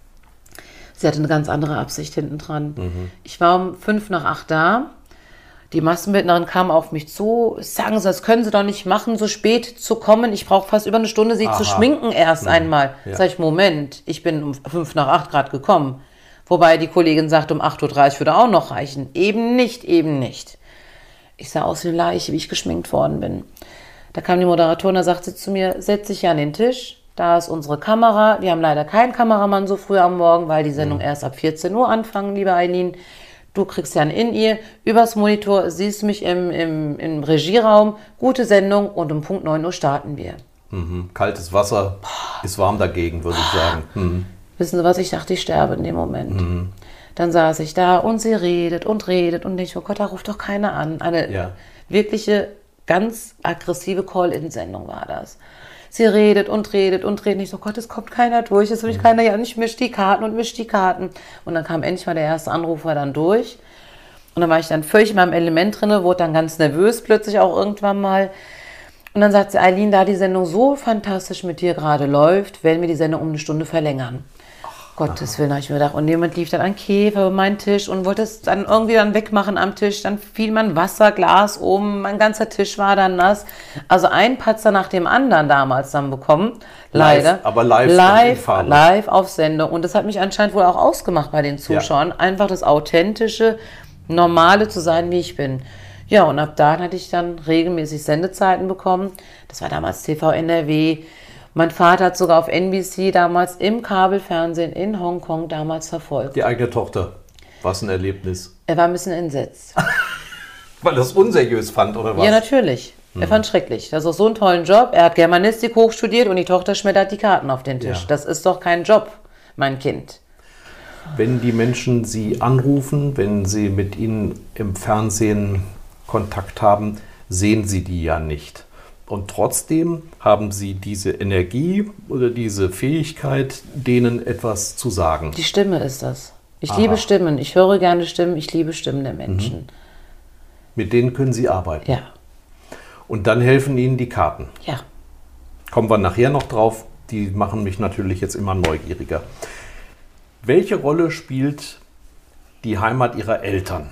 Sie hatte eine ganz andere Absicht hinten dran. Mhm. Ich war um fünf nach acht da. Die Maskenbildnerin kam auf mich zu, sagen Sie, das können Sie doch nicht machen, so spät zu kommen. Ich brauche fast über eine Stunde, Sie Aha. zu schminken erst mhm. einmal. Ja. Sag ich, Moment, ich bin um fünf nach acht gerade gekommen. Wobei die Kollegin sagt, um acht Uhr dreißig würde auch noch reichen. Eben nicht, eben nicht. Ich sah aus wie eine Leiche, wie ich geschminkt worden bin. Da kam die Moderatorin, da sagt sie zu mir, setz dich hier an den Tisch, da ist unsere Kamera. Wir haben leider keinen Kameramann so früh am Morgen, weil die Sendung mhm. erst ab vierzehn Uhr anfangen, liebe Aline. Du kriegst ja ein In-Ear, übers Monitor, siehst mich im, im, im Regieraum, gute Sendung und um Punkt neun Uhr starten wir. Mhm. Kaltes Wasser Boah. Ist warm dagegen, würde ich sagen. Mhm. Wissen Sie was, ich dachte, ich sterbe in dem Moment. Mhm. Dann saß ich da und sie redet und redet und ich, oh Gott, da ruft doch keiner an. Eine ja. wirkliche, ganz aggressive Call-In-Sendung war das. Sie redet und redet und redet. Ich so, Gott, es kommt keiner durch. Es will mich mhm. keiner, ja, und ich mische die Karten und mische die Karten. Und dann kam endlich mal der erste Anrufer dann durch. Und dann war ich dann völlig in meinem Element drin, wurde dann ganz nervös plötzlich auch irgendwann mal. Und dann sagt sie, Aline, da die Sendung so fantastisch mit dir gerade läuft, werden wir die Sendung um eine Stunde verlängern. Gottes Willen, habe ich mir gedacht. Und jemand lief dann ein Käfer über meinen Tisch und wollte es dann irgendwie dann wegmachen am Tisch. Dann fiel mein Wasserglas um, mein ganzer Tisch war dann nass. Also ein Patzer nach dem anderen damals dann bekommen. Leider. Live, aber live. Live, live auf Sendung. Und das hat mich anscheinend wohl auch ausgemacht bei den Zuschauern. Ja. Einfach das Authentische, Normale zu sein, wie ich bin. Ja, und ab da hatte ich dann regelmäßig Sendezeiten bekommen. Das war damals T V N R W. Mein Vater hat sogar auf N B C damals im Kabelfernsehen in Hongkong damals verfolgt. Die eigene Tochter. Was ein Erlebnis. Er war ein bisschen entsetzt. Weil er es unseriös fand, oder was? Ja, natürlich. Hm. Er fand es schrecklich. Das ist so einen tollen Job. Er hat Germanistik hochstudiert und die Tochter schmettert die Karten auf den Tisch. Ja. Das ist doch kein Job, mein Kind. Wenn die Menschen Sie anrufen, wenn Sie mit Ihnen im Fernsehen Kontakt haben, sehen Sie die ja nicht. Und trotzdem haben Sie diese Energie oder diese Fähigkeit, denen etwas zu sagen. Die Stimme ist das. Ich Aha. liebe Stimmen. Ich höre gerne Stimmen. Ich liebe Stimmen der Menschen. Mhm. Mit denen können Sie arbeiten. Ja. Und dann helfen Ihnen die Karten. Ja. Kommen wir nachher noch drauf. Die machen mich natürlich jetzt immer neugieriger. Welche Rolle spielt die Heimat Ihrer Eltern?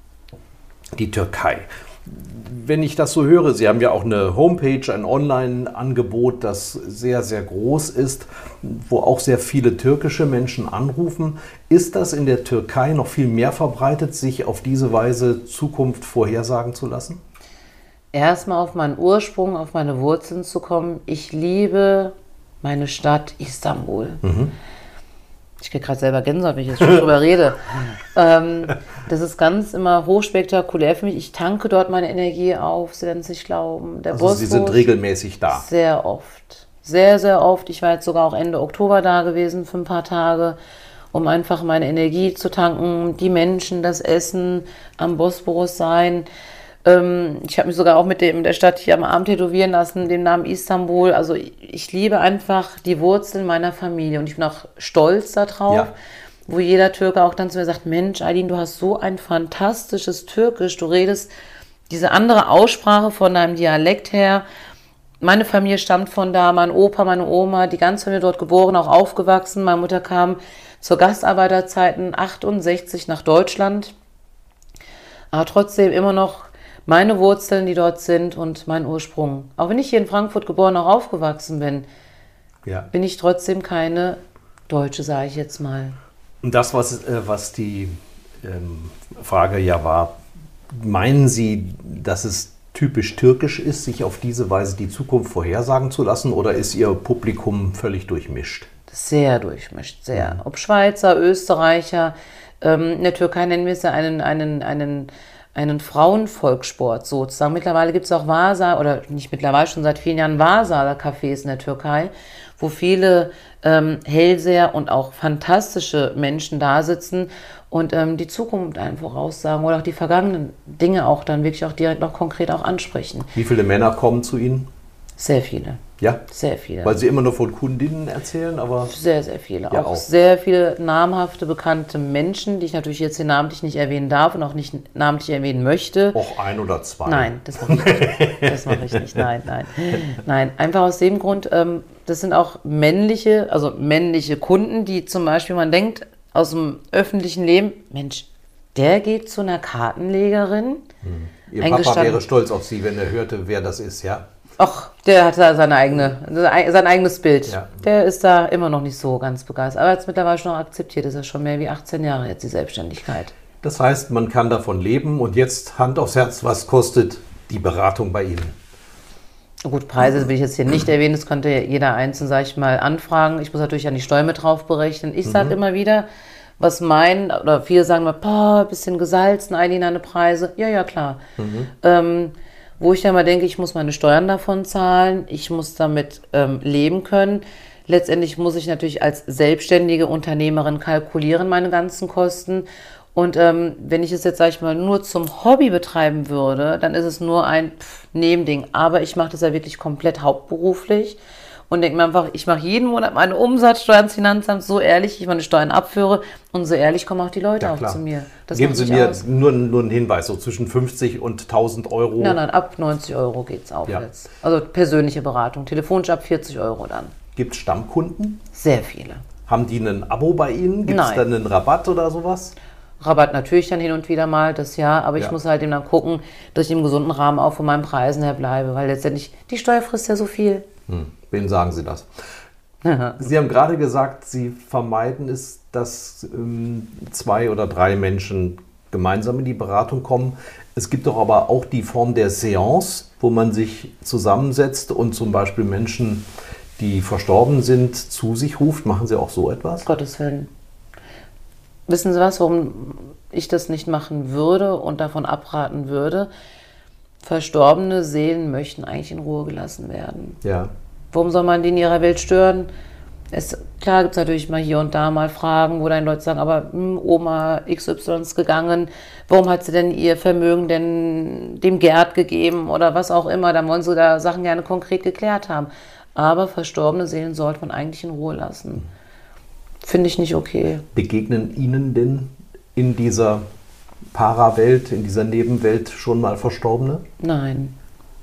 Die Türkei. Wenn ich das so höre, Sie haben ja auch eine Homepage, ein Online-Angebot, das sehr, sehr groß ist, wo auch sehr viele türkische Menschen anrufen. Ist das in der Türkei noch viel mehr verbreitet, sich auf diese Weise Zukunft vorhersagen zu lassen? Erstmal auf meinen Ursprung, auf meine Wurzeln zu kommen. Ich liebe meine Stadt Istanbul. Mhm. Ich kriege gerade selber Gänsehaut, wenn ich jetzt schon drüber rede. Ähm, das ist ganz immer hochspektakulär für mich. Ich tanke dort meine Energie auf, Sie werden es nicht glauben. Der Also Sie sind Bosporus regelmäßig da? Sehr oft. Sehr, sehr oft. Ich war jetzt sogar auch Ende Oktober da gewesen für ein paar Tage, um einfach meine Energie zu tanken, die Menschen, das Essen, am Bosporus sein. Ähm, ich habe mich sogar auch mit dem der Stadt hier am Arm tätowieren lassen, dem Namen Istanbul. Also ich, ich liebe einfach die Wurzeln meiner Familie und ich bin auch stolz darauf, Ja. wo jeder Türke auch dann zu mir sagt, Mensch, Aylin, du hast so ein fantastisches Türkisch, du redest diese andere Aussprache von deinem Dialekt her. Meine Familie stammt von da, mein Opa, meine Oma, die ganze Familie dort geboren, auch aufgewachsen. Meine Mutter kam zur Gastarbeiterzeiten achtundsechzig nach Deutschland, aber trotzdem immer noch meine Wurzeln, die dort sind und mein Ursprung. Auch wenn ich hier in Frankfurt geboren, auch aufgewachsen bin, Ja. bin ich trotzdem keine Deutsche, sage ich jetzt mal. Und das, was, äh, was die ähm, Frage ja war, meinen Sie, dass es typisch türkisch ist, sich auf diese Weise die Zukunft vorhersagen zu lassen, oder ist Ihr Publikum völlig durchmischt? Sehr durchmischt, sehr. Ob Schweizer, Österreicher, ähm, in der Türkei nennen wir es ja einen, einen, einen, einen Frauenvolkssport sozusagen. Mittlerweile gibt es auch Vasa, oder nicht mittlerweile, schon seit vielen Jahren Vasa-Cafés in der Türkei, wo viele ähm, Hellseher und auch fantastische Menschen da sitzen und ähm, die Zukunft einem voraussagen oder auch die vergangenen Dinge auch dann wirklich auch direkt noch konkret auch ansprechen. Wie viele Männer kommen zu Ihnen? Sehr viele. Ja? Sehr viele. Weil Sie immer nur von Kundinnen erzählen, aber... Sehr, sehr viele. Ja, auch, auch. sehr viele namhafte, bekannte Menschen, die ich natürlich jetzt hier namentlich nicht erwähnen darf und auch nicht namentlich erwähnen möchte. Auch ein oder zwei. Nein, das mache ich nicht. Das mache ich nicht. Nein, nein. Nein, einfach aus dem Grund, ähm, das sind auch männliche, also männliche Kunden, die zum Beispiel, man denkt, aus dem öffentlichen Leben, Mensch, der geht zu einer Kartenlegerin. Ihr Ein Papa gestanden- wäre stolz auf Sie, wenn er hörte, wer das ist, ja? Ach, der hat da seine eigene, sein eigenes Bild. Ja. Der ist da immer noch nicht so ganz begeistert. Aber er hat es mittlerweile schon akzeptiert. Ist ja schon mehr wie achtzehn Jahre jetzt, die Selbstständigkeit. Das heißt, man kann davon leben. Und jetzt Hand aufs Herz, was kostet die Beratung bei Ihnen? Gut, Preise will ich jetzt hier nicht erwähnen. Das könnte jeder einzeln, sage ich mal, anfragen. Ich muss natürlich an die Steuer mit drauf berechnen. Ich sage immer wieder, was mein, oder viele sagen mal, boah, bisschen gesalzen, Aylin, deine Preise. Ja, ja, klar. Ähm, wo ich dann mal denke, ich muss meine Steuern davon zahlen, ich muss damit ähm, leben können. Letztendlich muss ich natürlich als selbstständige Unternehmerin kalkulieren, meine ganzen Kosten. Und ähm, wenn ich es jetzt, sage ich mal, nur zum Hobby betreiben würde, dann ist es nur ein pff, Nebending. Aber ich mache das ja wirklich komplett hauptberuflich und denke mir einfach, ich mache jeden Monat meine Umsatzsteuer ans Finanzamt so ehrlich, ich meine Steuern abführe und so ehrlich kommen auch die Leute Ja, auch klar. zu mir. Das Geben macht Sie mich mir aus. nur, nur einen Hinweis, so zwischen fünfzig und tausend Euro. Nein, nein, ab neunzig Euro geht es aufwärts. Also persönliche Beratung, telefonisch ab vierzig Euro dann. Gibt es Stammkunden? Sehr viele. Haben die ein Abo bei Ihnen? Gibt es Nein. dann einen Rabatt oder sowas? Rabatt natürlich dann hin und wieder mal, das ja, aber ich Ja. muss halt eben dann gucken, dass ich im gesunden Rahmen auch von meinen Preisen her bleibe, weil letztendlich die Steuer frisst ja so viel. Hm. Wem sagen Sie das? Sie haben gerade gesagt, Sie vermeiden es, dass ähm, zwei oder drei Menschen gemeinsam in die Beratung kommen. Es gibt doch aber auch die Form der Seance, wo man sich zusammensetzt und zum Beispiel Menschen, die verstorben sind, zu sich ruft. Machen Sie auch so etwas? Gottes Willen. Wissen Sie was, warum ich das nicht machen würde und davon abraten würde? Verstorbene Seelen möchten eigentlich in Ruhe gelassen werden. Ja. Warum soll man die in ihrer Welt stören? Es, klar gibt es natürlich mal hier und da mal Fragen, wo dann Leute sagen, aber hm, Oma X Y ist gegangen, warum hat sie denn ihr Vermögen denn dem Gerd gegeben oder was auch immer, dann wollen sie da Sachen gerne konkret geklärt haben. Aber verstorbene Seelen sollte man eigentlich in Ruhe lassen. Finde ich nicht okay. Begegnen Ihnen denn in dieser Parawelt, in dieser Nebenwelt schon mal Verstorbene? Nein.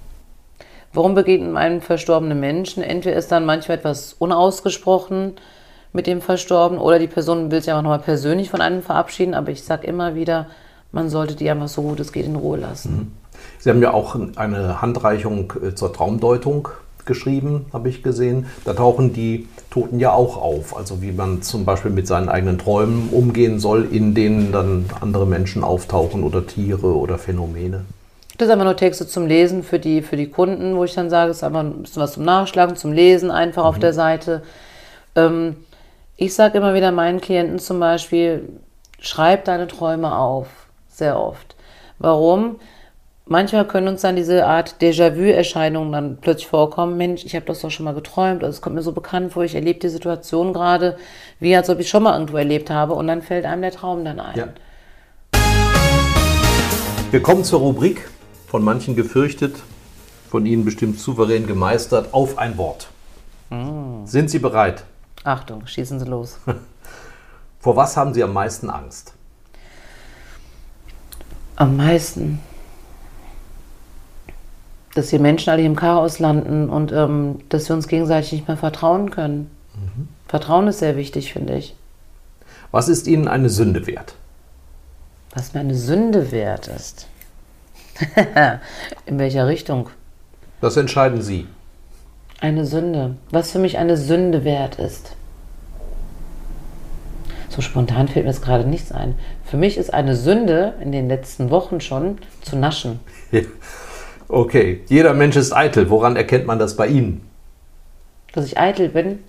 Warum begegnet einem verstorbenen Menschen? Entweder ist dann manchmal etwas unausgesprochen mit dem Verstorbenen oder die Person will sich auch nochmal persönlich von einem verabschieden, aber ich sage immer wieder, man sollte die einfach so gut es geht in Ruhe lassen. Sie haben ja auch eine Handreichung äh, zur Traumdeutung geschrieben, habe ich gesehen. Da tauchen die Toten ja auch auf. Also wie man zum Beispiel mit seinen eigenen Träumen umgehen soll, in denen dann andere Menschen auftauchen oder Tiere oder Phänomene. Das sind einfach nur Texte zum Lesen für die, für die Kunden, wo ich dann sage, es ist einfach ein bisschen was zum Nachschlagen, zum Lesen einfach auf der Seite. Ähm, Ich sage immer wieder meinen Klienten zum Beispiel, schreib deine Träume auf, sehr oft. Warum? Manchmal können uns dann diese Art Déjà-vu-Erscheinungen dann plötzlich vorkommen. Mensch, ich habe das doch schon mal geträumt, also es kommt mir so bekannt vor, ich erlebe die Situation gerade, wie als ob ich schon mal irgendwo erlebt habe und dann fällt einem der Traum dann ein. Ja. Wir kommen zur Rubrik, von manchen gefürchtet, von Ihnen bestimmt souverän gemeistert, auf ein Wort. Mm. Sind Sie bereit? Achtung, schießen Sie los. Vor was haben Sie am meisten Angst? Am meisten? Dass wir Menschen alle im Chaos landen und ähm, dass wir uns gegenseitig nicht mehr vertrauen können. Mhm. Vertrauen ist sehr wichtig, finde ich. Was ist Ihnen eine Sünde wert? Was mir eine Sünde wert ist? In welcher Richtung? Das entscheiden Sie. Eine Sünde. Was für mich eine Sünde wert ist. So spontan fällt mir jetzt gerade nichts ein. Für mich ist eine Sünde in den letzten Wochen schon zu naschen. Ja. Okay, jeder Mensch ist eitel. Woran erkennt man das bei Ihnen? Dass ich eitel bin?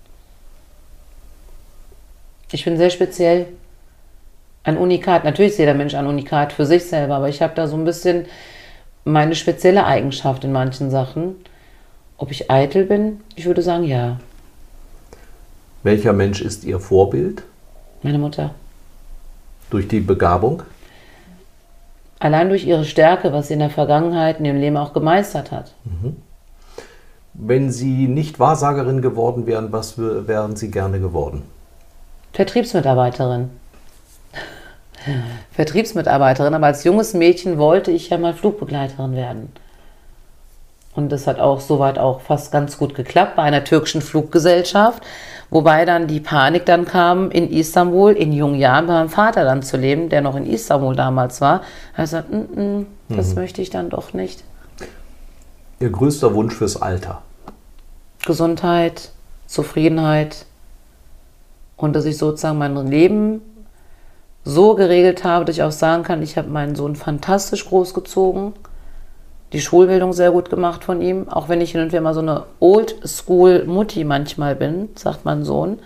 Ich bin sehr speziell. Ein Unikat. Natürlich ist jeder Mensch ein Unikat für sich selber, aber ich habe da so ein bisschen meine spezielle Eigenschaft in manchen Sachen. Ob ich eitel bin? Ich würde sagen, ja. Welcher Mensch ist Ihr Vorbild? Meine Mutter. Durch die Begabung? Allein durch ihre Stärke, was sie in der Vergangenheit in ihrem Leben auch gemeistert hat. Mhm. Wenn Sie nicht Wahrsagerin geworden wären, was wären Sie gerne geworden? Vertriebsmitarbeiterin. Vertriebsmitarbeiterin, aber als junges Mädchen wollte ich ja mal Flugbegleiterin werden. Und das hat auch soweit auch fast ganz gut geklappt bei einer türkischen Fluggesellschaft, wobei dann die Panik dann kam, in Istanbul in jungen Jahren bei meinem Vater dann zu leben, der noch in Istanbul damals war. Er hat gesagt, mm -mm, das mhm. möchte ich dann doch nicht. Ihr größter Wunsch fürs Alter? Gesundheit, Zufriedenheit und dass ich sozusagen mein Leben so geregelt habe, dass ich auch sagen kann, ich habe meinen Sohn fantastisch großgezogen, die Schulbildung sehr gut gemacht von ihm, auch wenn ich hin und wieder mal so eine Old-School-Mutti manchmal bin, sagt mein Sohn,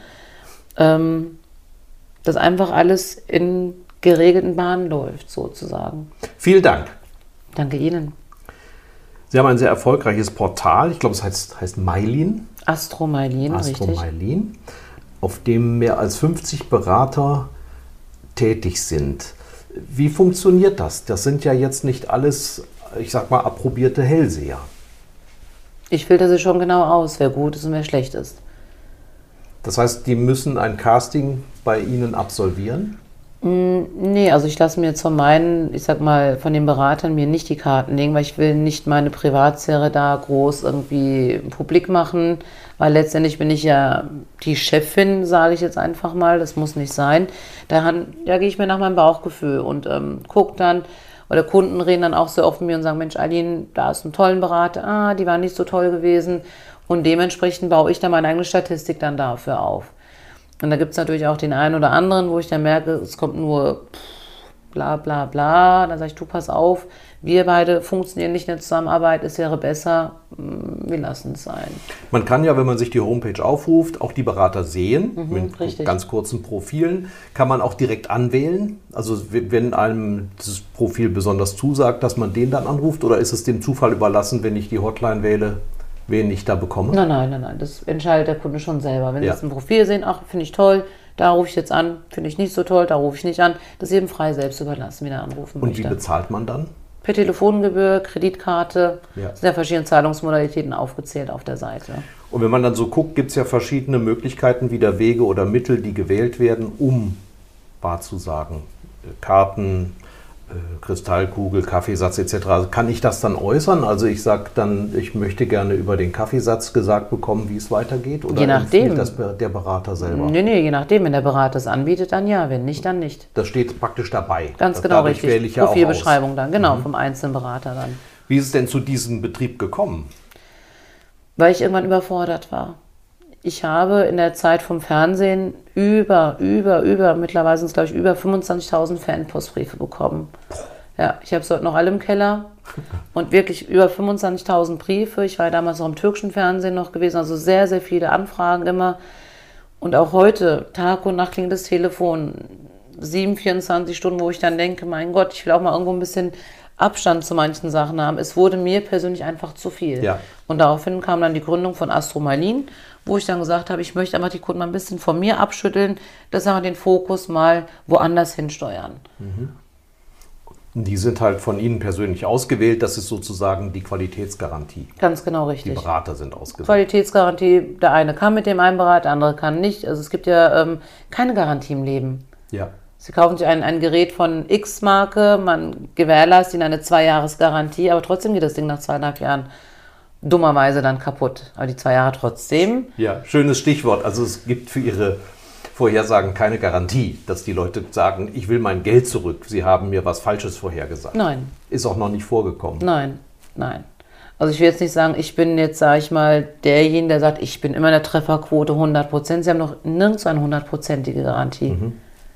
ähm, dass einfach alles in geregelten Bahnen läuft, sozusagen. Vielen Dank. Danke Ihnen. Sie haben ein sehr erfolgreiches Portal, ich glaube, es heißt, heißt Mailin. Astro Mailin, Astro richtig. Mailin, auf dem mehr als fünfzig Berater tätig sind. Wie funktioniert das? Das sind ja jetzt nicht alles, ich sag mal, approbierte Hellseher. Ich filter sie schon genau aus, wer gut ist und wer schlecht ist. Das heißt, die müssen ein Casting bei Ihnen absolvieren? Mm, nee, also ich lasse mir jetzt von meinen, ich sag mal, von den Beratern mir nicht die Karten legen, weil ich will nicht meine Privatsphäre da groß irgendwie publik machen, weil letztendlich bin ich ja die Chefin, sage ich jetzt einfach mal, das muss nicht sein. Da ja, gehe ich mir nach meinem Bauchgefühl und ähm, gucke dann, oder Kunden reden dann auch so oft mit mir und sagen, Mensch, Aline, da ist ein toller Berater, ah, die waren nicht so toll gewesen. Und dementsprechend baue ich dann meine eigene Statistik dann dafür auf. Und da gibt es natürlich auch den einen oder anderen, wo ich dann merke, es kommt nur bla bla bla. Dann sage ich, du, pass auf, wir beide funktionieren nicht in der Zusammenarbeit, es wäre besser, wir lassen es sein. Man kann ja, wenn man sich die Homepage aufruft, auch die Berater sehen, mhm, mit richtig. ganz kurzen Profilen. Kann man auch direkt anwählen? Also wenn einem das Profil besonders zusagt, dass man den dann anruft? Oder ist es dem Zufall überlassen, wenn ich die Hotline wähle, wen ich da bekomme? Nein, nein, nein, nein. Das entscheidet der Kunde schon selber. Wenn ja. Sie jetzt ein Profil sehen, ach, finde ich toll, da rufe ich jetzt an, finde ich nicht so toll, da rufe ich nicht an. Das ist eben frei selbst überlassen, wie der anrufen Und möchte. wie bezahlt man dann? Per Telefongebühr, Kreditkarte, ja. sind ja verschiedene Zahlungsmodalitäten aufgezählt auf der Seite. Und wenn man dann so guckt, gibt es ja verschiedene Möglichkeiten, wieder Wege oder Mittel, die gewählt werden, um wahrzusagen. Karten, Kristallkugel, Kaffeesatz et cetera. Kann ich das dann äußern? Also ich sage dann, ich möchte gerne über den Kaffeesatz gesagt bekommen, wie es weitergeht? Oder je nachdem. Das der Berater selber? Nee, nee, je nachdem. Wenn der Berater es anbietet, dann ja. Wenn nicht, dann nicht. Das steht praktisch dabei. Ganz genau, Dadurch richtig. Ich ja Profilbeschreibung dann, genau, mhm. vom einzelnen Berater dann. Wie ist es denn zu diesem Betrieb gekommen? Weil ich irgendwann überfordert war. Ich habe in der Zeit vom Fernsehen über, über, über, mittlerweile sind es glaube ich über fünfundzwanzigtausend Fanpostbriefe bekommen. Ja, ich habe es heute noch alle im Keller und wirklich über fünfundzwanzigtausend Briefe. Ich war ja damals noch im türkischen Fernsehen noch gewesen, also sehr, sehr viele Anfragen immer. Und auch heute, Tag und Nacht klingt das Telefon, sieben, vierundzwanzig Stunden, wo ich dann denke, mein Gott, ich will auch mal irgendwo ein bisschen Abstand zu manchen Sachen haben. Es wurde mir persönlich einfach zu viel. Ja. Und daraufhin kam dann die Gründung von Astromalin, wo ich dann gesagt habe, ich möchte einfach die Kunden mal ein bisschen von mir abschütteln, dass wir den Fokus mal woanders hinsteuern. Mhm. Die sind halt von Ihnen persönlich ausgewählt. Das ist sozusagen die Qualitätsgarantie. Ganz genau richtig. Die Berater sind ausgewählt. Qualitätsgarantie, der eine kann mit dem einen Berater, der andere kann nicht. Also es gibt ja ähm, keine Garantie im Leben. Ja. Sie kaufen sich ein, ein Gerät von X-Marke, man gewährleistet ihnen eine Zwei-Jahres-Garantie, aber trotzdem geht das Ding nach zweieinhalb Jahren dummerweise dann kaputt. Aber die zwei Jahre trotzdem. Ja, schönes Stichwort. Also es gibt für Ihre Vorhersagen keine Garantie, dass die Leute sagen, ich will mein Geld zurück. Sie haben mir was Falsches vorhergesagt. Nein. Ist auch noch nicht vorgekommen. Nein, nein. Also ich will jetzt nicht sagen, ich bin jetzt, sage ich mal, derjenige, der sagt, ich bin immer in der Trefferquote hundert Prozent. Sie haben noch nirgends eine hundertprozentige Garantie. Mhm.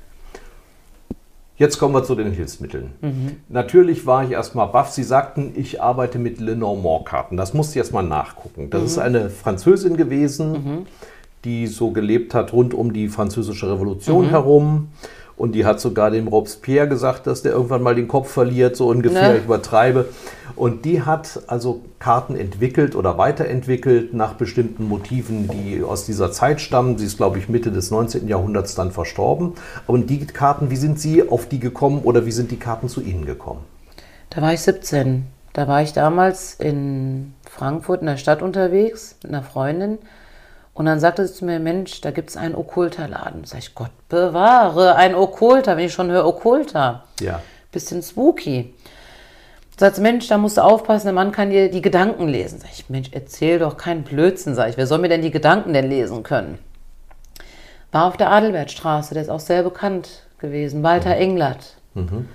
Jetzt kommen wir zu den Hilfsmitteln. Mhm. Natürlich war ich erstmal baff. Sie sagten, ich arbeite mit Lenormand-Karten. Das musste ich jetzt mal nachgucken. Das mhm. ist eine Französin gewesen, mhm. die so gelebt hat rund um die Französische Revolution mhm. herum. Und die hat sogar dem Robespierre gesagt, dass der irgendwann mal den Kopf verliert, so ungefähr, ne? Ich übertreibe. Und die hat also Karten entwickelt oder weiterentwickelt nach bestimmten Motiven, die aus dieser Zeit stammen. Sie ist, glaube ich, Mitte des neunzehnten Jahrhunderts dann verstorben. Und die Karten, wie sind Sie auf die gekommen oder wie sind die Karten zu Ihnen gekommen? Da war ich siebzehn. Da war ich damals in Frankfurt in der Stadt unterwegs mit einer Freundin. Und dann sagte sie zu mir, Mensch, da gibt es einen Okkulterladen. Sag ich, Gott bewahre, ein Okkulter, wenn ich schon höre Okkulter. Ja. Bisschen spooky. Sagt sie, Mensch, da musst du aufpassen, der Mann kann dir die Gedanken lesen. Sag ich, Mensch, erzähl doch keinen Blödsinn, sag ich. Wer soll mir denn die Gedanken denn lesen können? War auf der Adelbertstraße, der ist auch sehr bekannt gewesen, Walter mhm. Englert. Mhm.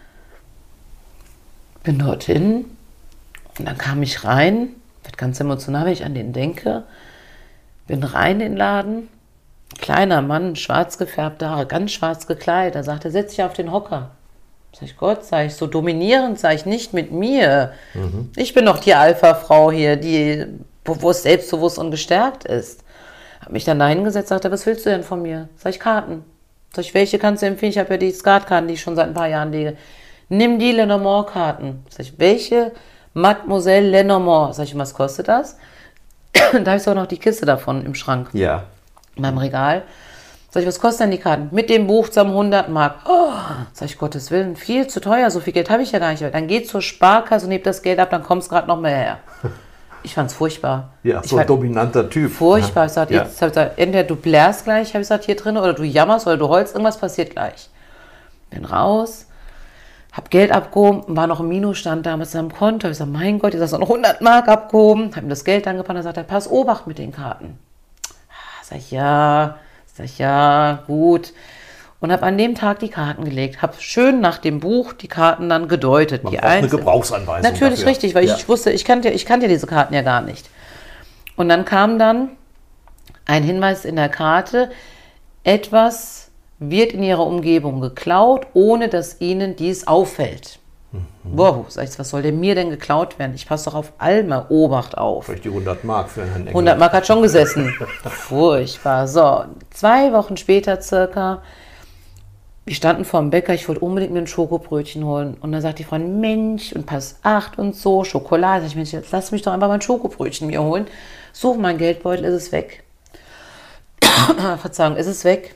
Bin dorthin und dann kam ich rein, wird ganz emotional, wenn ich an den denke. Bin rein in den Laden, kleiner Mann, schwarz gefärbte Haare, ganz schwarz gekleidet. Da sagt er, setz dich auf den Hocker. Sag ich, Gott, sag ich, so dominierend, sag ich, nicht mit mir. Mhm. Ich bin doch die Alpha-Frau hier, die bewusst, selbstbewusst und gestärkt ist. Hab mich dann da hingesetzt, sagt er, was willst du denn von mir? Sag ich, Karten. Sag ich, welche kannst du empfehlen? Ich habe ja die Skatkarten, die ich schon seit ein paar Jahren lege. Nimm die Lenormand-Karten. Sag ich, welche? Mademoiselle Lenormand. Sag ich, was kostet das? Da habe ich auch noch die Kiste davon im Schrank. Ja. In meinem Regal. Sag ich, was kosten denn die Karten? Mit dem Buch zusammen hundert Mark. Oh, sag ich, Gottes Willen, viel zu teuer, so viel Geld habe ich ja gar nicht. Dann geht zur Sparkasse und hebt das Geld ab, dann kommt es gerade noch mehr her. Ich fand es furchtbar. Ja, ich so ein dominanter Typ. Furchtbar. Ich sagte, ja. jetzt, hab ich gesagt, entweder du blärst gleich, habe ich gesagt, hier drin, oder du jammerst, oder du heulst, irgendwas passiert gleich. Bin raus, hab Geld abgehoben, war noch im Minusstand damals am Konto. Hab ich gesagt, mein Gott, jetzt hast du noch hundert Mark abgehoben. Hab ihm das Geld angepackt, dann sagt er, pass Obacht mit den Karten. Sag ich, ja, sag ich, ja, gut. Und habe an dem Tag die Karten gelegt, habe schön nach dem Buch die Karten dann gedeutet. Man die braucht eine Gebrauchsanweisung Natürlich dafür. Richtig, weil ja. ich wusste, ich kannte, ich kannte diese Karten ja gar nicht. Und dann kam dann ein Hinweis in der Karte, etwas wird in ihrer Umgebung geklaut, ohne dass ihnen dies auffällt. Mhm. Wow, sag ich, was soll denn mir denn geklaut werden? Ich passe doch auf Alma Obacht auf. Vielleicht die hundert Mark für einen Engel. hundert Mark hat schon gesessen. Furchtbar. So, zwei Wochen später circa, wir standen vor dem Bäcker, ich wollte unbedingt mir ein Schokobrötchen holen. Und dann sagt die Frau, Mensch, und pass acht und so, Schokolade. Sag ich, Mensch, jetzt lass mich doch einfach mal ein Schokobrötchen mir holen. Such mein Geldbeutel, ist es weg. Verzeihung, ist es weg.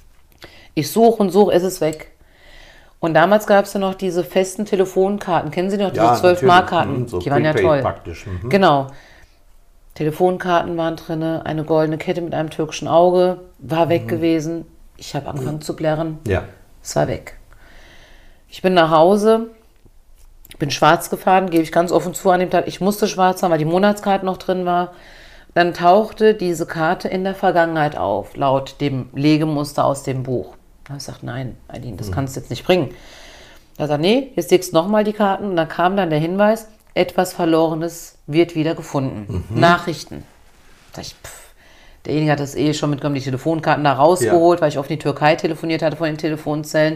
Ich suche und suche, ist es weg. Und damals gab es ja noch diese festen Telefonkarten. Kennen Sie noch diese ja, zwölf Mark Karten? Mhm, so die waren ja toll. Praktisch. Mhm. Genau. Telefonkarten waren drin, eine goldene Kette mit einem türkischen Auge, war weg mhm. gewesen. Ich habe angefangen mhm. zu blären. Ja. Es war weg. Ich bin nach Hause, bin schwarz gefahren, gebe ich ganz offen zu an dem Tag. Ich musste schwarz fahren, weil die Monatskarte noch drin war. Dann tauchte diese Karte in der Vergangenheit auf, laut dem Legemuster aus dem Buch. Da habe ich gesagt, nein, Eileen, das mhm. kannst du jetzt nicht bringen. Da sagt, nee, jetzt legst du nochmal die Karten. Und dann kam dann der Hinweis, etwas Verlorenes wird wieder gefunden. Mhm. Nachrichten. Da sag ich, pff, derjenige hat das eh schon mitgenommen, die Telefonkarten da rausgeholt, ja. weil ich auf die Türkei telefoniert hatte von den Telefonzellen.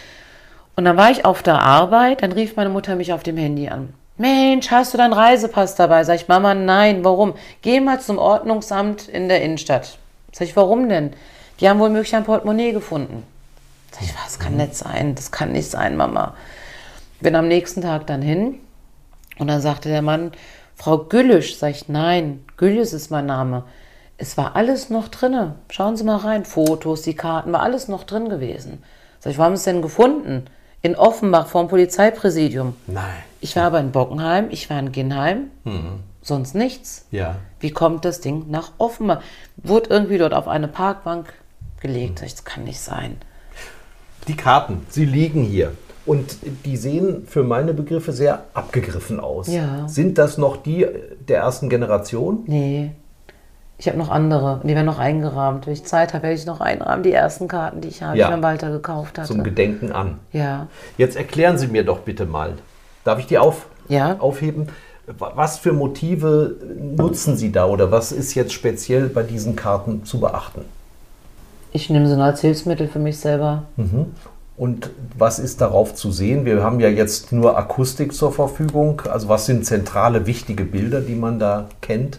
Und dann war ich auf der Arbeit, dann rief meine Mutter mich auf dem Handy an. Mensch, hast du deinen Reisepass dabei? Sag ich, Mama, nein, warum? Geh mal zum Ordnungsamt in der Innenstadt. Sag ich, warum denn? Die haben wohl möglich ein Portemonnaie gefunden. Sag ich, das kann nicht sein, das kann nicht sein, Mama. Bin am nächsten Tag dann hin und dann sagte der Mann, Frau Güllisch, sag ich, nein, Güllisch ist mein Name. Es war alles noch drin. Schauen Sie mal rein, Fotos, die Karten, war alles noch drin gewesen. Sag ich, wo haben Sie es denn gefunden? In Offenbach vor dem Polizeipräsidium. Nein. Ich war aber in Bockenheim, ich war in Ginnheim, mhm. sonst nichts. Ja. Wie kommt das Ding nach Offenbach? Wurde irgendwie dort auf eine Parkbank gelegt. Sag ich, das kann nicht sein. Die Karten, sie liegen hier. Und die sehen für meine Begriffe sehr abgegriffen aus. Ja. Sind das noch die der ersten Generation? Nee. Ich habe noch andere. Die werden noch eingerahmt. Wenn ich Zeit habe, werde ich noch einrahmen. Die ersten Karten, die ich habe, Ja. die mein Walter gekauft hatte. Zum Gedenken an. Ja. Jetzt erklären Sie mir doch bitte mal. Darf ich die auf, Ja. aufheben? Was für Motive nutzen Sie da oder was ist jetzt speziell bei diesen Karten zu beachten? Ich nehme sie nur als Hilfsmittel für mich selber. Und was ist darauf zu sehen? Wir haben ja jetzt nur Akustik zur Verfügung. Also was sind zentrale, wichtige Bilder, die man da kennt?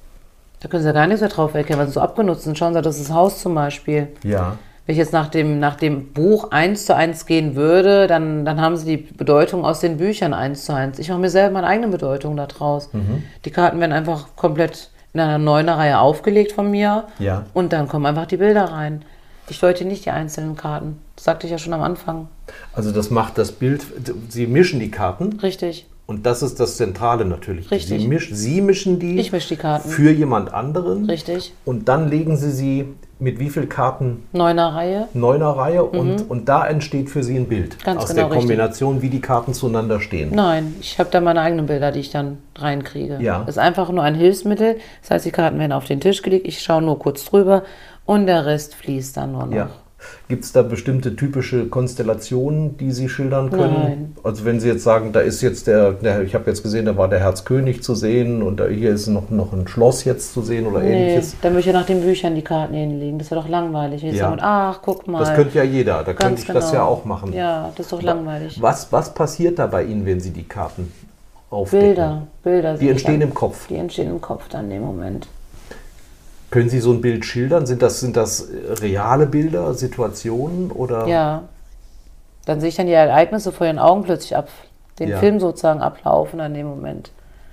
Da können Sie ja gar nichts mehr drauf erkennen, weil sie so abgenutzt sind. Schauen Sie, das ist das Haus zum Beispiel. Ja. Wenn ich jetzt nach dem, nach dem Buch eins zu eins gehen würde, dann, dann haben Sie die Bedeutung aus den Büchern eins zu eins. Ich mache mir selber meine eigene Bedeutung da draus. Mhm. Die Karten werden einfach komplett in einer Neuner-Reihe aufgelegt von mir. Ja. Und dann kommen einfach die Bilder rein. Ich deute nicht die einzelnen Karten. Das sagte ich ja schon am Anfang. Also das macht das Bild, Sie mischen die Karten. Richtig. Und das ist das Zentrale natürlich. Richtig. Sie, misch, Sie mischen die, Ich mische die Karten. für jemand anderen. Richtig. Und dann legen Sie sie mit wie vielen Karten? Neuner Reihe. Neuner Reihe. Und, und da entsteht für Sie ein Bild. Ganz aus genau, der Kombination, wie die Karten zueinander stehen. Nein, ich habe da meine eigenen Bilder, die ich dann reinkriege. Ja. Das ist einfach nur ein Hilfsmittel. Das heißt, die Karten werden auf den Tisch gelegt. Ich schaue nur kurz drüber und der Rest fließt dann nur noch. Ja. Gibt es da bestimmte typische Konstellationen, die Sie schildern können? Nein. Also wenn Sie jetzt sagen, da ist jetzt der, der ich habe jetzt gesehen, da war der Herzkönig zu sehen und da, hier ist noch, noch ein Schloss jetzt zu sehen oder Nee, ähnliches. da möchte ich ja nach den Büchern die Karten hinlegen. Das wäre doch langweilig. Wenn ich Ja. sage, ach, guck mal. Das könnte ja jeder, da könnte Ganz ich das ja genau. auch machen. Ja, das ist doch langweilig. Was, was passiert da bei Ihnen, wenn Sie die Karten aufdecken? Bilder, Bilder. Die sehe ich entstehen dann. im Kopf. Die entstehen im Kopf dann im Moment. Können Sie so ein Bild schildern? Sind das, sind das reale Bilder, Situationen oder? Ja. Dann sehe ich dann die Ereignisse vor Ihren Augen plötzlich ab, den Ja. Film sozusagen ablaufen an dem Moment.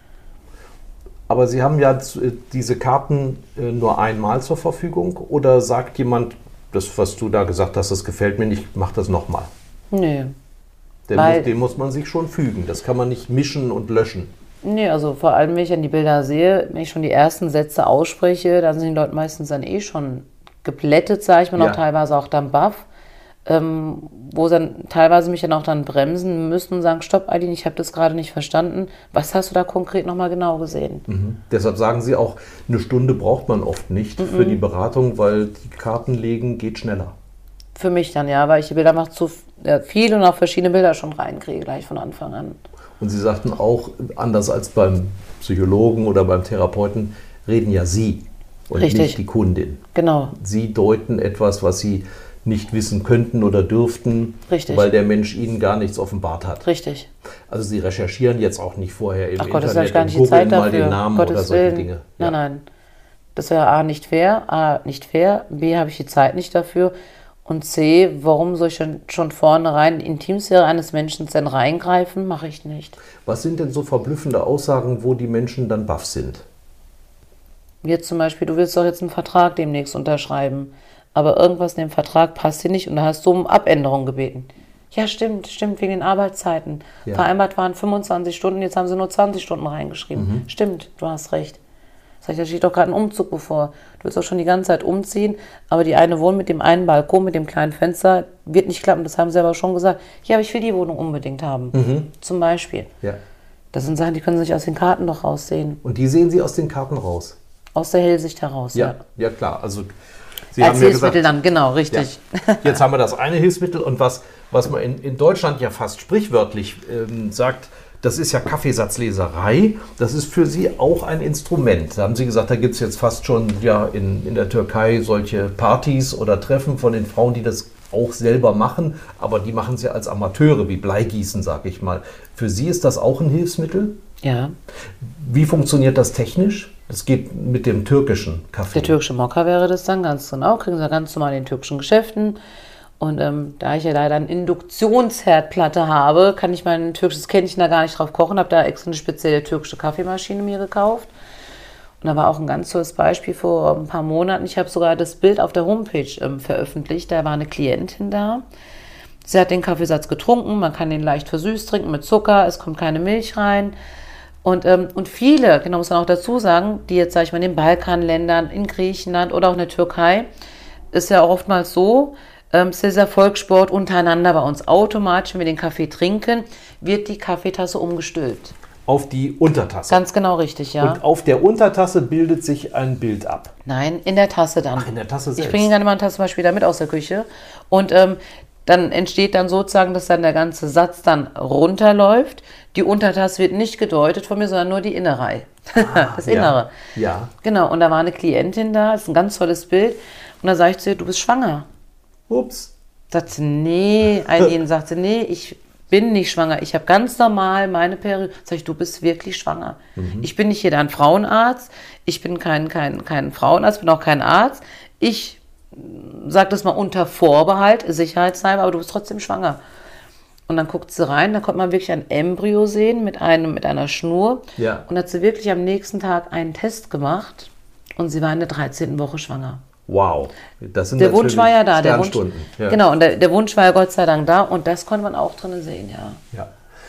Aber Sie haben ja zu- diese Karten äh, nur einmal zur Verfügung oder sagt jemand, das, was du da gesagt hast, das gefällt mir nicht, mach das nochmal? Nö. Dem, Weil- muss, dem muss man sich schon fügen. Das kann man nicht mischen und löschen. Nee, also vor allem, wenn ich an die Bilder sehe, wenn ich schon die ersten Sätze ausspreche, dann sind die Leute meistens dann eh schon geplättet, sage ich mal, Ja. noch teilweise auch dann baff, ähm, wo sie dann teilweise mich dann auch dann bremsen müssen und sagen, stopp, Aline, ich habe das gerade nicht verstanden. Was hast du da konkret nochmal genau gesehen? Mhm. Deshalb sagen Sie auch, eine Stunde braucht man oft nicht Mhm. für die Beratung, weil die Karten legen geht schneller. Für mich dann, ja, weil ich die Bilder mache zu ja, viel und auch verschiedene Bilder schon reinkriege, gleich von Anfang an. Und Sie sagten auch, anders als beim Psychologen oder beim Therapeuten, reden ja Sie und Richtig. nicht die Kundin. Genau. Sie deuten etwas, was Sie nicht wissen könnten oder dürften, Richtig. weil der Mensch Ihnen gar nichts offenbart hat. Richtig. Also Sie recherchieren jetzt auch nicht vorher im Ach Gott, das Internet ist gar und nicht die Zeit googeln mal dafür. den Namen Gottes oder solche Willen. Dinge. Nein, nein. Das wäre A, nicht fair, A, nicht fair, B, habe ich die Zeit nicht dafür und C, warum soll ich schon, schon vornherein in die Intimsphäre eines Menschen denn reingreifen? Mache ich nicht. Was sind denn so verblüffende Aussagen, wo die Menschen dann baff sind? Jetzt zum Beispiel, du willst doch jetzt einen Vertrag demnächst unterschreiben, aber irgendwas in dem Vertrag passt dir nicht und da hast du um Abänderung gebeten. Ja, stimmt, stimmt, wegen den Arbeitszeiten. Ja. Vereinbart waren fünfundzwanzig Stunden, jetzt haben sie nur zwanzig Stunden reingeschrieben. Stimmt, du hast recht. Sag ich, da steht doch gerade ein Umzug bevor. Du willst doch schon die ganze Zeit umziehen, aber die eine wohnt mit dem einen Balkon, mit dem kleinen Fenster, wird nicht klappen, das haben sie aber schon gesagt. Ja, aber ich will die Wohnung unbedingt haben, zum Beispiel. Ja. Das sind Sachen, die können sich aus den Karten doch raussehen. Und die sehen Sie aus den Karten raus? Aus der Hellsicht heraus, ja. Ja, ja klar. Also Sie Als haben ja Hilfsmittel gesagt, dann, genau, richtig. Ja. Jetzt haben wir das eine Hilfsmittel und was, was man in, in Deutschland ja fast sprichwörtlich ähm, sagt, das ist ja Kaffeesatzleserei. Das ist für Sie auch ein Instrument. Da haben Sie gesagt, da gibt es jetzt fast schon ja, in, in der Türkei solche Partys oder Treffen von den Frauen, die das auch selber machen, aber die machen es ja als Amateure, wie Bleigießen, sag ich mal. Für Sie ist das auch ein Hilfsmittel? Ja. Wie funktioniert das technisch? Es geht mit dem türkischen Kaffee. Der türkische Mokka wäre das dann, ganz genau. Kriegen Sie ganz normal in den türkischen Geschäften. Und ähm, da ich ja leider eine Induktionsherdplatte habe, kann ich mein türkisches Kännchen da gar nicht drauf kochen. Habe da extra eine spezielle türkische Kaffeemaschine mir gekauft. Und da war auch ein ganz tolles Beispiel vor ein paar Monaten. Ich habe sogar das Bild auf der Homepage ähm, veröffentlicht. Da war eine Klientin da. Sie hat den Kaffeesatz getrunken. Man kann den leicht versüßt trinken mit Zucker. Es kommt keine Milch rein. Und, ähm, und viele, genau muss man auch dazu sagen, die jetzt, sage ich mal, in den Balkanländern, in Griechenland oder auch in der Türkei, ist ja auch oftmals so, ähm, ist dieser Volkssport untereinander bei uns. Automatisch, wenn wir den Kaffee trinken, wird die Kaffeetasse umgestülpt. Auf die Untertasse. Ganz genau richtig, ja. Und auf der Untertasse bildet sich ein Bild ab. Nein, in der Tasse dann. Ach, in der Tasse selbst. Ich bringe Ihnen gerne mal eine Tasse mal später mit aus der Küche. Und ähm, dann entsteht dann sozusagen, dass dann der ganze Satz dann runterläuft. Die Untertasse wird nicht gedeutet von mir, sondern nur die Innerei. Ah, das Innere. Ja, ja. Genau, und da war eine Klientin da, das ist ein ganz tolles Bild. Und da sage ich zu ihr, du bist schwanger. Ups. Sagt sie, nee. Eileen sagt sie, nee, ich bin nicht schwanger. Ich habe ganz normal meine Periode. Sag ich, du bist wirklich schwanger. Mhm. Ich bin nicht hier dein Frauenarzt. Ich bin kein, kein, kein Frauenarzt, bin auch kein Arzt. Ich sage das mal unter Vorbehalt, sicherheitshalber, aber du bist trotzdem schwanger. Und dann guckt sie rein, da konnte man wirklich ein Embryo sehen mit, einem, mit einer Schnur. Ja. Und hat sie wirklich am nächsten Tag einen Test gemacht und sie war in der dreizehnten Woche schwanger. Wow. Das sind der Wunsch war ja da. Der Wunsch, ja. Genau, und der, der Wunsch war ja Gott sei Dank da und das konnte man auch drin sehen, ja. Ja.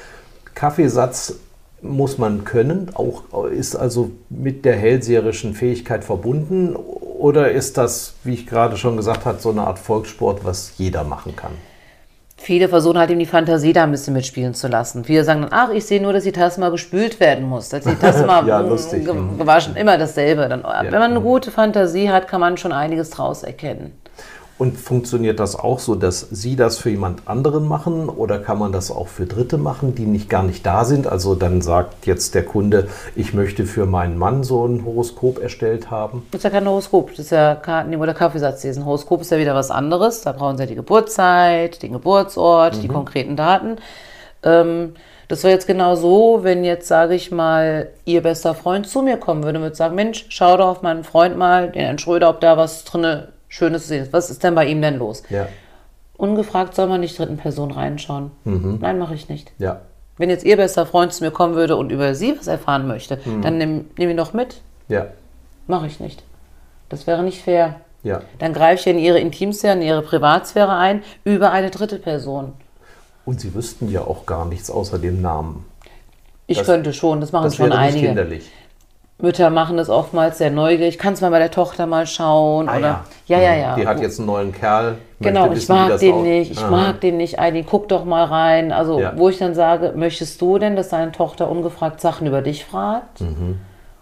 Kaffeesatz muss man können, auch ist also mit der hellseherischen Fähigkeit verbunden, oder ist das, wie ich gerade schon gesagt habe, so eine Art Volkssport, was jeder machen kann? Viele versuchen halt eben die Fantasie da ein bisschen mitspielen zu lassen. Viele sagen dann, ach, ich sehe nur, dass die Tasse mal gespült werden muss, dass die Tasse mal ja, lustig. ge gewaschen, immer dasselbe. Dann, ja. Wenn man eine gute Fantasie hat, kann man schon einiges draus erkennen. Und funktioniert das auch so, dass Sie das für jemand anderen machen, oder kann man das auch für Dritte machen, die nicht gar nicht da sind? Also dann sagt jetzt der Kunde, ich möchte für meinen Mann so ein Horoskop erstellt haben. Das ist ja kein Horoskop, das ist ja Karten- oder Kaffeesatzlesen. Horoskop ist ja wieder was anderes. Da brauchen Sie ja die Geburtszeit, den Geburtsort, mhm. die konkreten Daten. Ähm, das wäre jetzt genau so, wenn jetzt, sage ich mal, Ihr bester Freund zu mir kommen würde und würde sagen, Mensch, schau doch auf meinen Freund mal, den Herrn Schröder, ob da was drinne Schönes zu sehen ist. Was ist denn bei ihm denn los? Ja. Ungefragt soll man nicht dritten Person reinschauen. Mhm. Nein, mache ich nicht. Ja. Wenn jetzt Ihr bester Freund zu mir kommen würde und über Sie was erfahren möchte, mhm. dann nehme nehm ihn doch mit. Ja. Mache ich nicht. Das wäre nicht fair. Ja. Dann greife ich in Ihre Intimsphäre, in Ihre Privatsphäre ein, über eine dritte Person. Und Sie wüssten ja auch gar nichts außer dem Namen. Ich das, könnte schon, das machen das schon wäre einige. Nicht kinderlich. Mütter machen das oftmals sehr neugierig. Kannst du mal bei der Tochter mal schauen? Ah, oder ja. ja, ja, ja. Die hat jetzt einen neuen Kerl. Genau, ich wissen, mag den nicht, ich Aha. mag den nicht, Eileen, guck doch mal rein. Also, ja. wo ich dann sage, möchtest du denn, dass deine Tochter ungefragt Sachen über dich fragt? Mhm.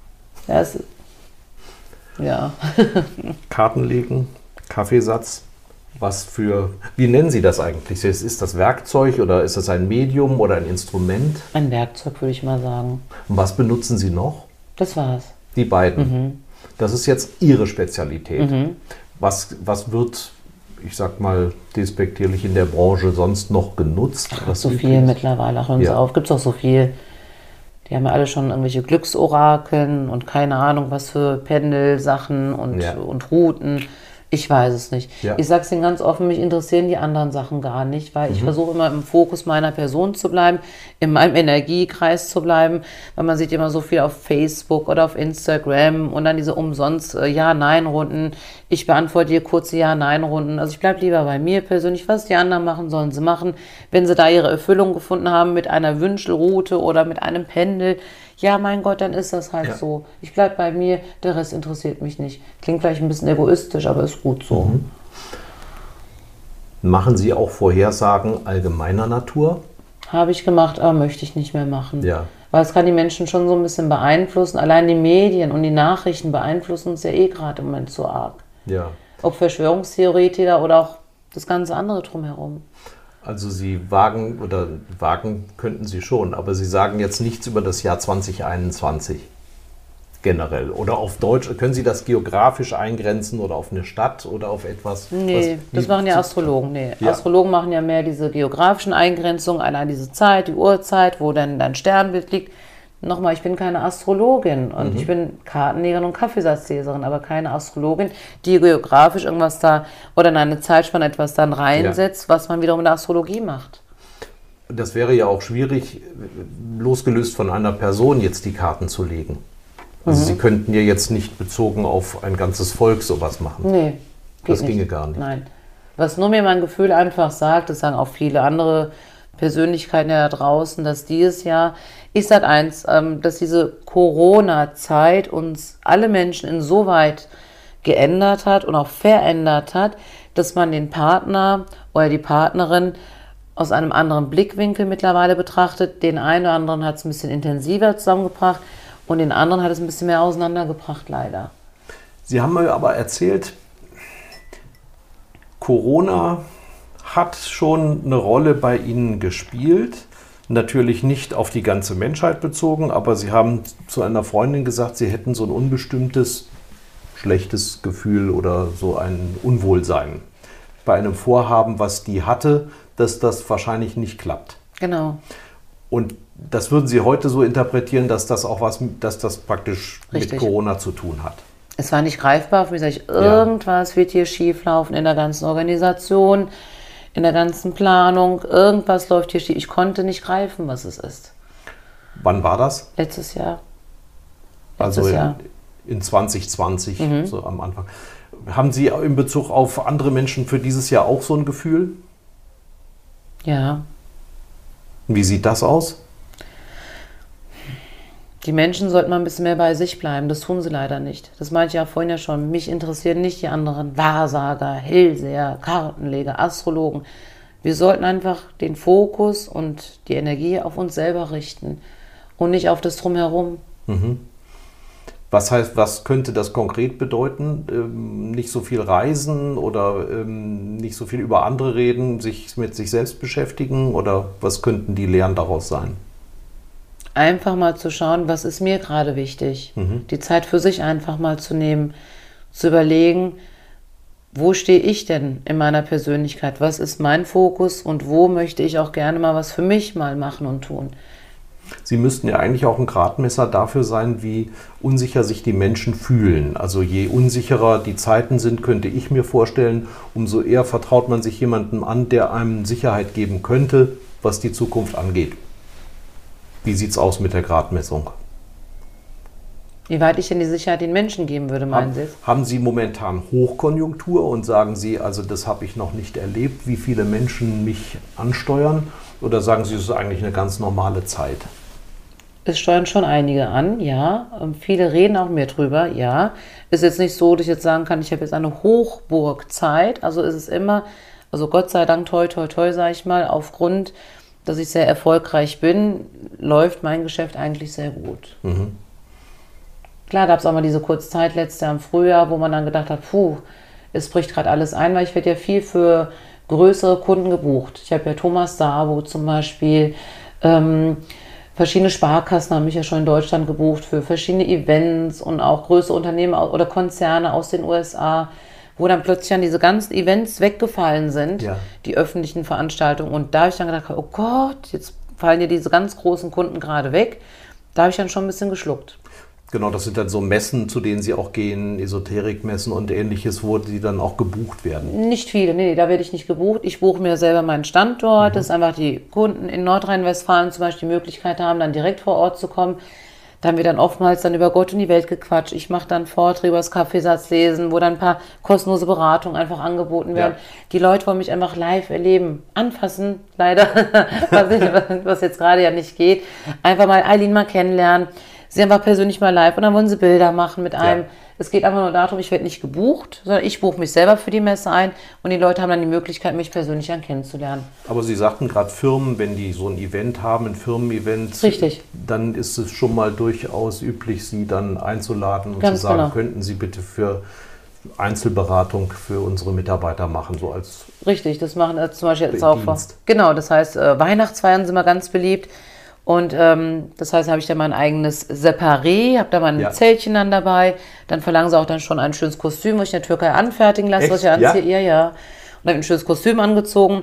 Das, ja. Karten legen, Kaffeesatz. Was für, wie nennen Sie das eigentlich? Ist das Werkzeug oder ist das ein Medium oder ein Instrument? Ein Werkzeug, würde ich mal sagen. Und was benutzen Sie noch? Das war's. Die beiden. Mhm. Das ist jetzt Ihre Spezialität. Mhm. Was, was wird, ich sag mal, despektierlich in der Branche sonst noch genutzt? Ach, so viel ist? Mittlerweile. Hören Sie ja. auf, gibt es auch so viel. Die haben ja alle schon irgendwelche Glücksorakeln und keine Ahnung, was für Pendelsachen und, ja. und Routen. Ich weiß es nicht. Ja. Ich sage es Ihnen ganz offen, mich interessieren die anderen Sachen gar nicht, weil mhm. ich versuche immer im Fokus meiner Person zu bleiben, in meinem Energiekreis zu bleiben, weil man sieht immer so viel auf Facebook oder auf Instagram und dann diese umsonst äh, Ja-Nein-Runden. Ich beantworte hier kurze Ja-Nein-Runden. Also ich bleibe lieber bei mir persönlich. Was die anderen machen, sollen sie machen. Wenn sie da ihre Erfüllung gefunden haben mit einer Wünschelroute oder mit einem Pendel, ja, mein Gott, dann ist das halt ja. so. Ich bleibe bei mir, der Rest interessiert mich nicht. Klingt vielleicht ein bisschen egoistisch, aber ist gut so. Mhm. Machen Sie auch Vorhersagen allgemeiner Natur? Habe ich gemacht, aber möchte ich nicht mehr machen. Ja. Weil es kann die Menschen schon so ein bisschen beeinflussen. Allein die Medien und die Nachrichten beeinflussen uns ja eh gerade im Moment so arg. Ja. Ob Verschwörungstheoretiker oder auch das ganze andere drumherum. Also Sie wagen, oder wagen könnten Sie schon, aber Sie sagen jetzt nichts über das Jahr zwanzig einundzwanzig generell. Oder auf Deutsch, können Sie das geografisch eingrenzen oder auf eine Stadt oder auf etwas? Nee, was, das machen ja Astrologen. Nee. Ja. Astrologen machen ja mehr diese geografischen Eingrenzungen, allein diese Zeit, die Uhrzeit, wo dann dein Sternbild liegt. Nochmal, ich bin keine Astrologin und Mhm. ich bin Kartenlegerin und Kaffeesatzleserin, aber keine Astrologin, die geografisch irgendwas da oder in eine Zeitspanne etwas dann reinsetzt, was man wiederum in der Astrologie macht. Das wäre ja auch schwierig, losgelöst von einer Person jetzt die Karten zu legen. Also Mhm. Sie könnten ja jetzt nicht bezogen auf ein ganzes Volk sowas machen. Nee, geht Das nicht. ginge gar nicht. Nein. Was nur mir mein Gefühl einfach sagt, das sagen auch viele andere Persönlichkeiten ja da draußen, dass dieses Jahr, ich sag eins, ähm, dass diese Corona-Zeit uns alle Menschen insoweit geändert hat und auch verändert hat, dass man den Partner oder die Partnerin aus einem anderen Blickwinkel mittlerweile betrachtet. Den einen oder anderen hat es ein bisschen intensiver zusammengebracht und den anderen hat es ein bisschen mehr auseinandergebracht, leider. Sie haben mir aber erzählt, Corona hat schon eine Rolle bei Ihnen gespielt. Natürlich nicht auf die ganze Menschheit bezogen, aber Sie haben zu einer Freundin gesagt, Sie hätten so ein unbestimmtes, schlechtes Gefühl oder so ein Unwohlsein bei einem Vorhaben, was die hatte, dass das wahrscheinlich nicht klappt. Genau. Und das würden Sie heute so interpretieren, dass das auch was, dass das praktisch Richtig. mit Corona zu tun hat. Es war nicht greifbar, für mich sage ich, irgendwas wird hier schieflaufen in der ganzen Organisation, in der ganzen Planung, irgendwas läuft hier schief. Ich konnte nicht greifen, was es ist. Wann war das? Letztes Jahr. Letztes Also in, Jahr. in zwanzig zwanzig, Mhm. so am Anfang. Haben Sie in Bezug auf andere Menschen für dieses Jahr auch so ein Gefühl? Ja. Wie sieht das aus? Die Menschen sollten mal ein bisschen mehr bei sich bleiben. Das tun sie leider nicht. Das meinte ich ja vorhin ja schon. Mich interessieren nicht die anderen Wahrsager, Hellseher, Kartenleger, Astrologen. Wir sollten einfach den Fokus und die Energie auf uns selber richten und nicht auf das Drumherum. Mhm. Was heißt, was könnte das konkret bedeuten? Ähm, nicht so viel reisen oder ähm, nicht so viel über andere reden, sich mit sich selbst beschäftigen? Oder was könnten die Lehren daraus sein? Einfach mal zu schauen, was ist mir gerade wichtig. Mhm. Die Zeit für sich einfach mal zu nehmen, zu überlegen, wo stehe ich denn in meiner Persönlichkeit? Was ist mein Fokus und wo möchte ich auch gerne mal was für mich mal machen und tun? Sie müssten ja eigentlich auch ein Gradmesser dafür sein, wie unsicher sich die Menschen fühlen. Also je unsicherer die Zeiten sind, könnte ich mir vorstellen, umso eher vertraut man sich jemandem an, der einem Sicherheit geben könnte, was die Zukunft angeht. Wie sieht es aus mit der Gradmessung? Wie weit ich denn die Sicherheit den Menschen geben würde, meinen Sie jetzt? Haben Sie momentan Hochkonjunktur und sagen Sie, also das habe ich noch nicht erlebt, wie viele Menschen mich ansteuern? Oder sagen Sie, es ist eigentlich eine ganz normale Zeit? Es steuern schon einige an, ja. Und viele reden auch mehr drüber, ja. Ist jetzt nicht so, dass ich jetzt sagen kann, ich habe jetzt eine Hochburgzeit. Also ist es immer, also Gott sei Dank, toi, toi, toi, sage ich mal, aufgrund, dass ich sehr erfolgreich bin, läuft mein Geschäft eigentlich sehr gut. Mhm. Klar gab es auch mal diese kurze Zeit letztes Jahr im Frühjahr, wo man dann gedacht hat, puh, es bricht gerade alles ein, weil ich werde ja viel für größere Kunden gebucht. Ich habe ja Thomas Sabo zum Beispiel, ähm, verschiedene Sparkassen haben mich ja schon in Deutschland gebucht für verschiedene Events und auch größere Unternehmen oder Konzerne aus den U S A, wo dann plötzlich dann diese ganzen Events weggefallen sind, Ja. die öffentlichen Veranstaltungen. Und da habe ich dann gedacht, oh Gott, jetzt fallen dir diese ganz großen Kunden gerade weg. Da habe ich dann schon ein bisschen geschluckt. Genau, das sind dann so Messen, zu denen Sie auch gehen, Esoterikmessen und ähnliches, wo Sie dann auch gebucht werden. Nicht viele, nee, da werde ich nicht gebucht. Ich buche mir selber meinen Standort, mhm. dass einfach die Kunden in Nordrhein-Westfalen zum Beispiel die Möglichkeit haben, dann direkt vor Ort zu kommen. Da haben wir dann oftmals dann über Gott und die Welt gequatscht. Ich mache dann Vorträge über das Kaffeesatzlesen, wo dann ein paar kostenlose Beratungen einfach angeboten werden. Ja. Die Leute wollen mich einfach live erleben, anfassen, leider, was, ich, was jetzt gerade ja nicht geht. Einfach mal Eileen mal kennenlernen. Sie einfach persönlich mal live und dann wollen sie Bilder machen mit einem. Ja. Es geht einfach nur darum, ich werde nicht gebucht, sondern ich buche mich selber für die Messe ein und die Leute haben dann die Möglichkeit, mich persönlich dann kennenzulernen. Aber Sie sagten gerade Firmen, wenn die so ein Event haben, ein Firmen-Event, richtig, dann ist es schon mal durchaus üblich, Sie dann einzuladen und Ganz zu sagen, genau. könnten Sie bitte für Einzelberatung für unsere Mitarbeiter machen, so als Richtig, das machen äh, zum Beispiel jetzt auch vor. Dienst. Genau, das heißt, äh, Weihnachtsfeiern sind immer ganz beliebt. Und ähm, das heißt, habe ich dann mein eigenes Separé, habe da mein Ja. Zeltchen dann dabei. Dann verlangen sie auch dann schon ein schönes Kostüm, was ich in der Türkei anfertigen lasse, Echt? was ich anziehe. Ja? Ja, ja. Und habe ein schönes Kostüm angezogen.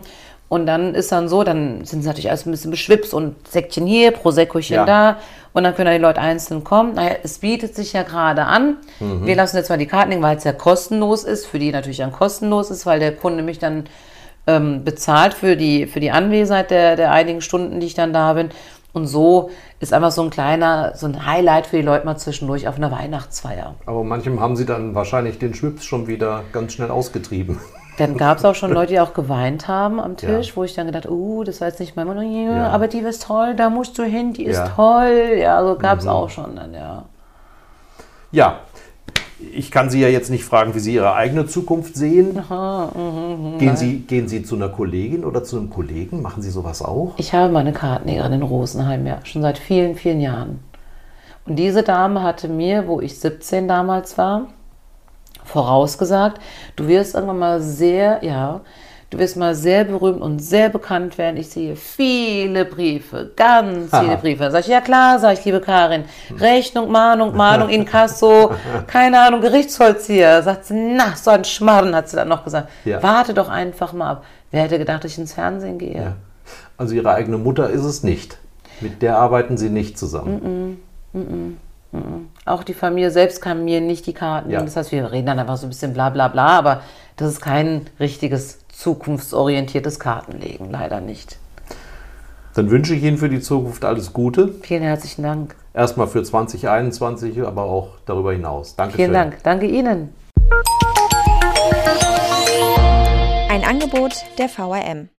Und dann ist dann so, dann sind sie natürlich alles ein bisschen beschwipst und Säckchen hier, Proseccochen Ja. da. Und dann können dann die Leute einzeln kommen. Naja, es bietet sich ja gerade an. Mhm. Wir lassen jetzt mal die Karten liegen, weil es ja kostenlos ist. Für die natürlich dann kostenlos ist, weil der Kunde mich dann ähm, bezahlt für die, für die Anwesenheit der, der einigen Stunden, die ich dann da bin. Und so ist einfach so ein kleiner, so ein Highlight für die Leute mal zwischendurch auf einer Weihnachtsfeier. Aber manchem haben Sie dann wahrscheinlich den Schwips schon wieder ganz schnell ausgetrieben. Dann gab es auch schon Leute, die auch geweint haben am Tisch, Ja. wo ich dann gedacht, uh, das war jetzt nicht mein Mann, ja, Ja. aber die ist toll, da musst du hin, die ist Ja. toll. Ja, so gab es Mhm. auch schon dann, ja. Ja, ich kann Sie ja jetzt nicht fragen, wie Sie Ihre eigene Zukunft sehen. Aha, mhm, Gehen Sie, gehen Sie zu einer Kollegin oder zu einem Kollegen? Machen Sie sowas auch? Ich habe meine Kartnägerin in Rosenheim, ja, schon seit vielen, vielen Jahren. Und diese Dame hatte mir, wo ich siebzehn damals war, vorausgesagt, du wirst irgendwann mal sehr, ja, du wirst mal sehr berühmt und sehr bekannt werden. Ich sehe viele Briefe, ganz Aha. viele Briefe. Da sag ich, ja klar, sag ich, liebe Karin, Rechnung, Mahnung, Mahnung, Inkasso, keine Ahnung, Gerichtsvollzieher. Sagt sie, na, so ein Schmarrn, hat sie dann noch gesagt. Ja. Warte doch einfach mal ab. Wer hätte gedacht, dass ich ins Fernsehen gehe? Ja. Also Ihre eigene Mutter ist es nicht. Mit der arbeiten Sie nicht zusammen. Auch die Familie selbst kann mir nicht die Karten Ja. geben. Das heißt, wir reden dann einfach so ein bisschen bla bla bla, aber das ist kein richtiges zukunftsorientiertes Kartenlegen, leider nicht. Dann wünsche ich Ihnen für die Zukunft alles Gute. Vielen herzlichen Dank. Erstmal für zwanzig einundzwanzig, aber auch darüber hinaus. Danke Vielen Dank. Danke Ihnen. Ein Angebot der V R M.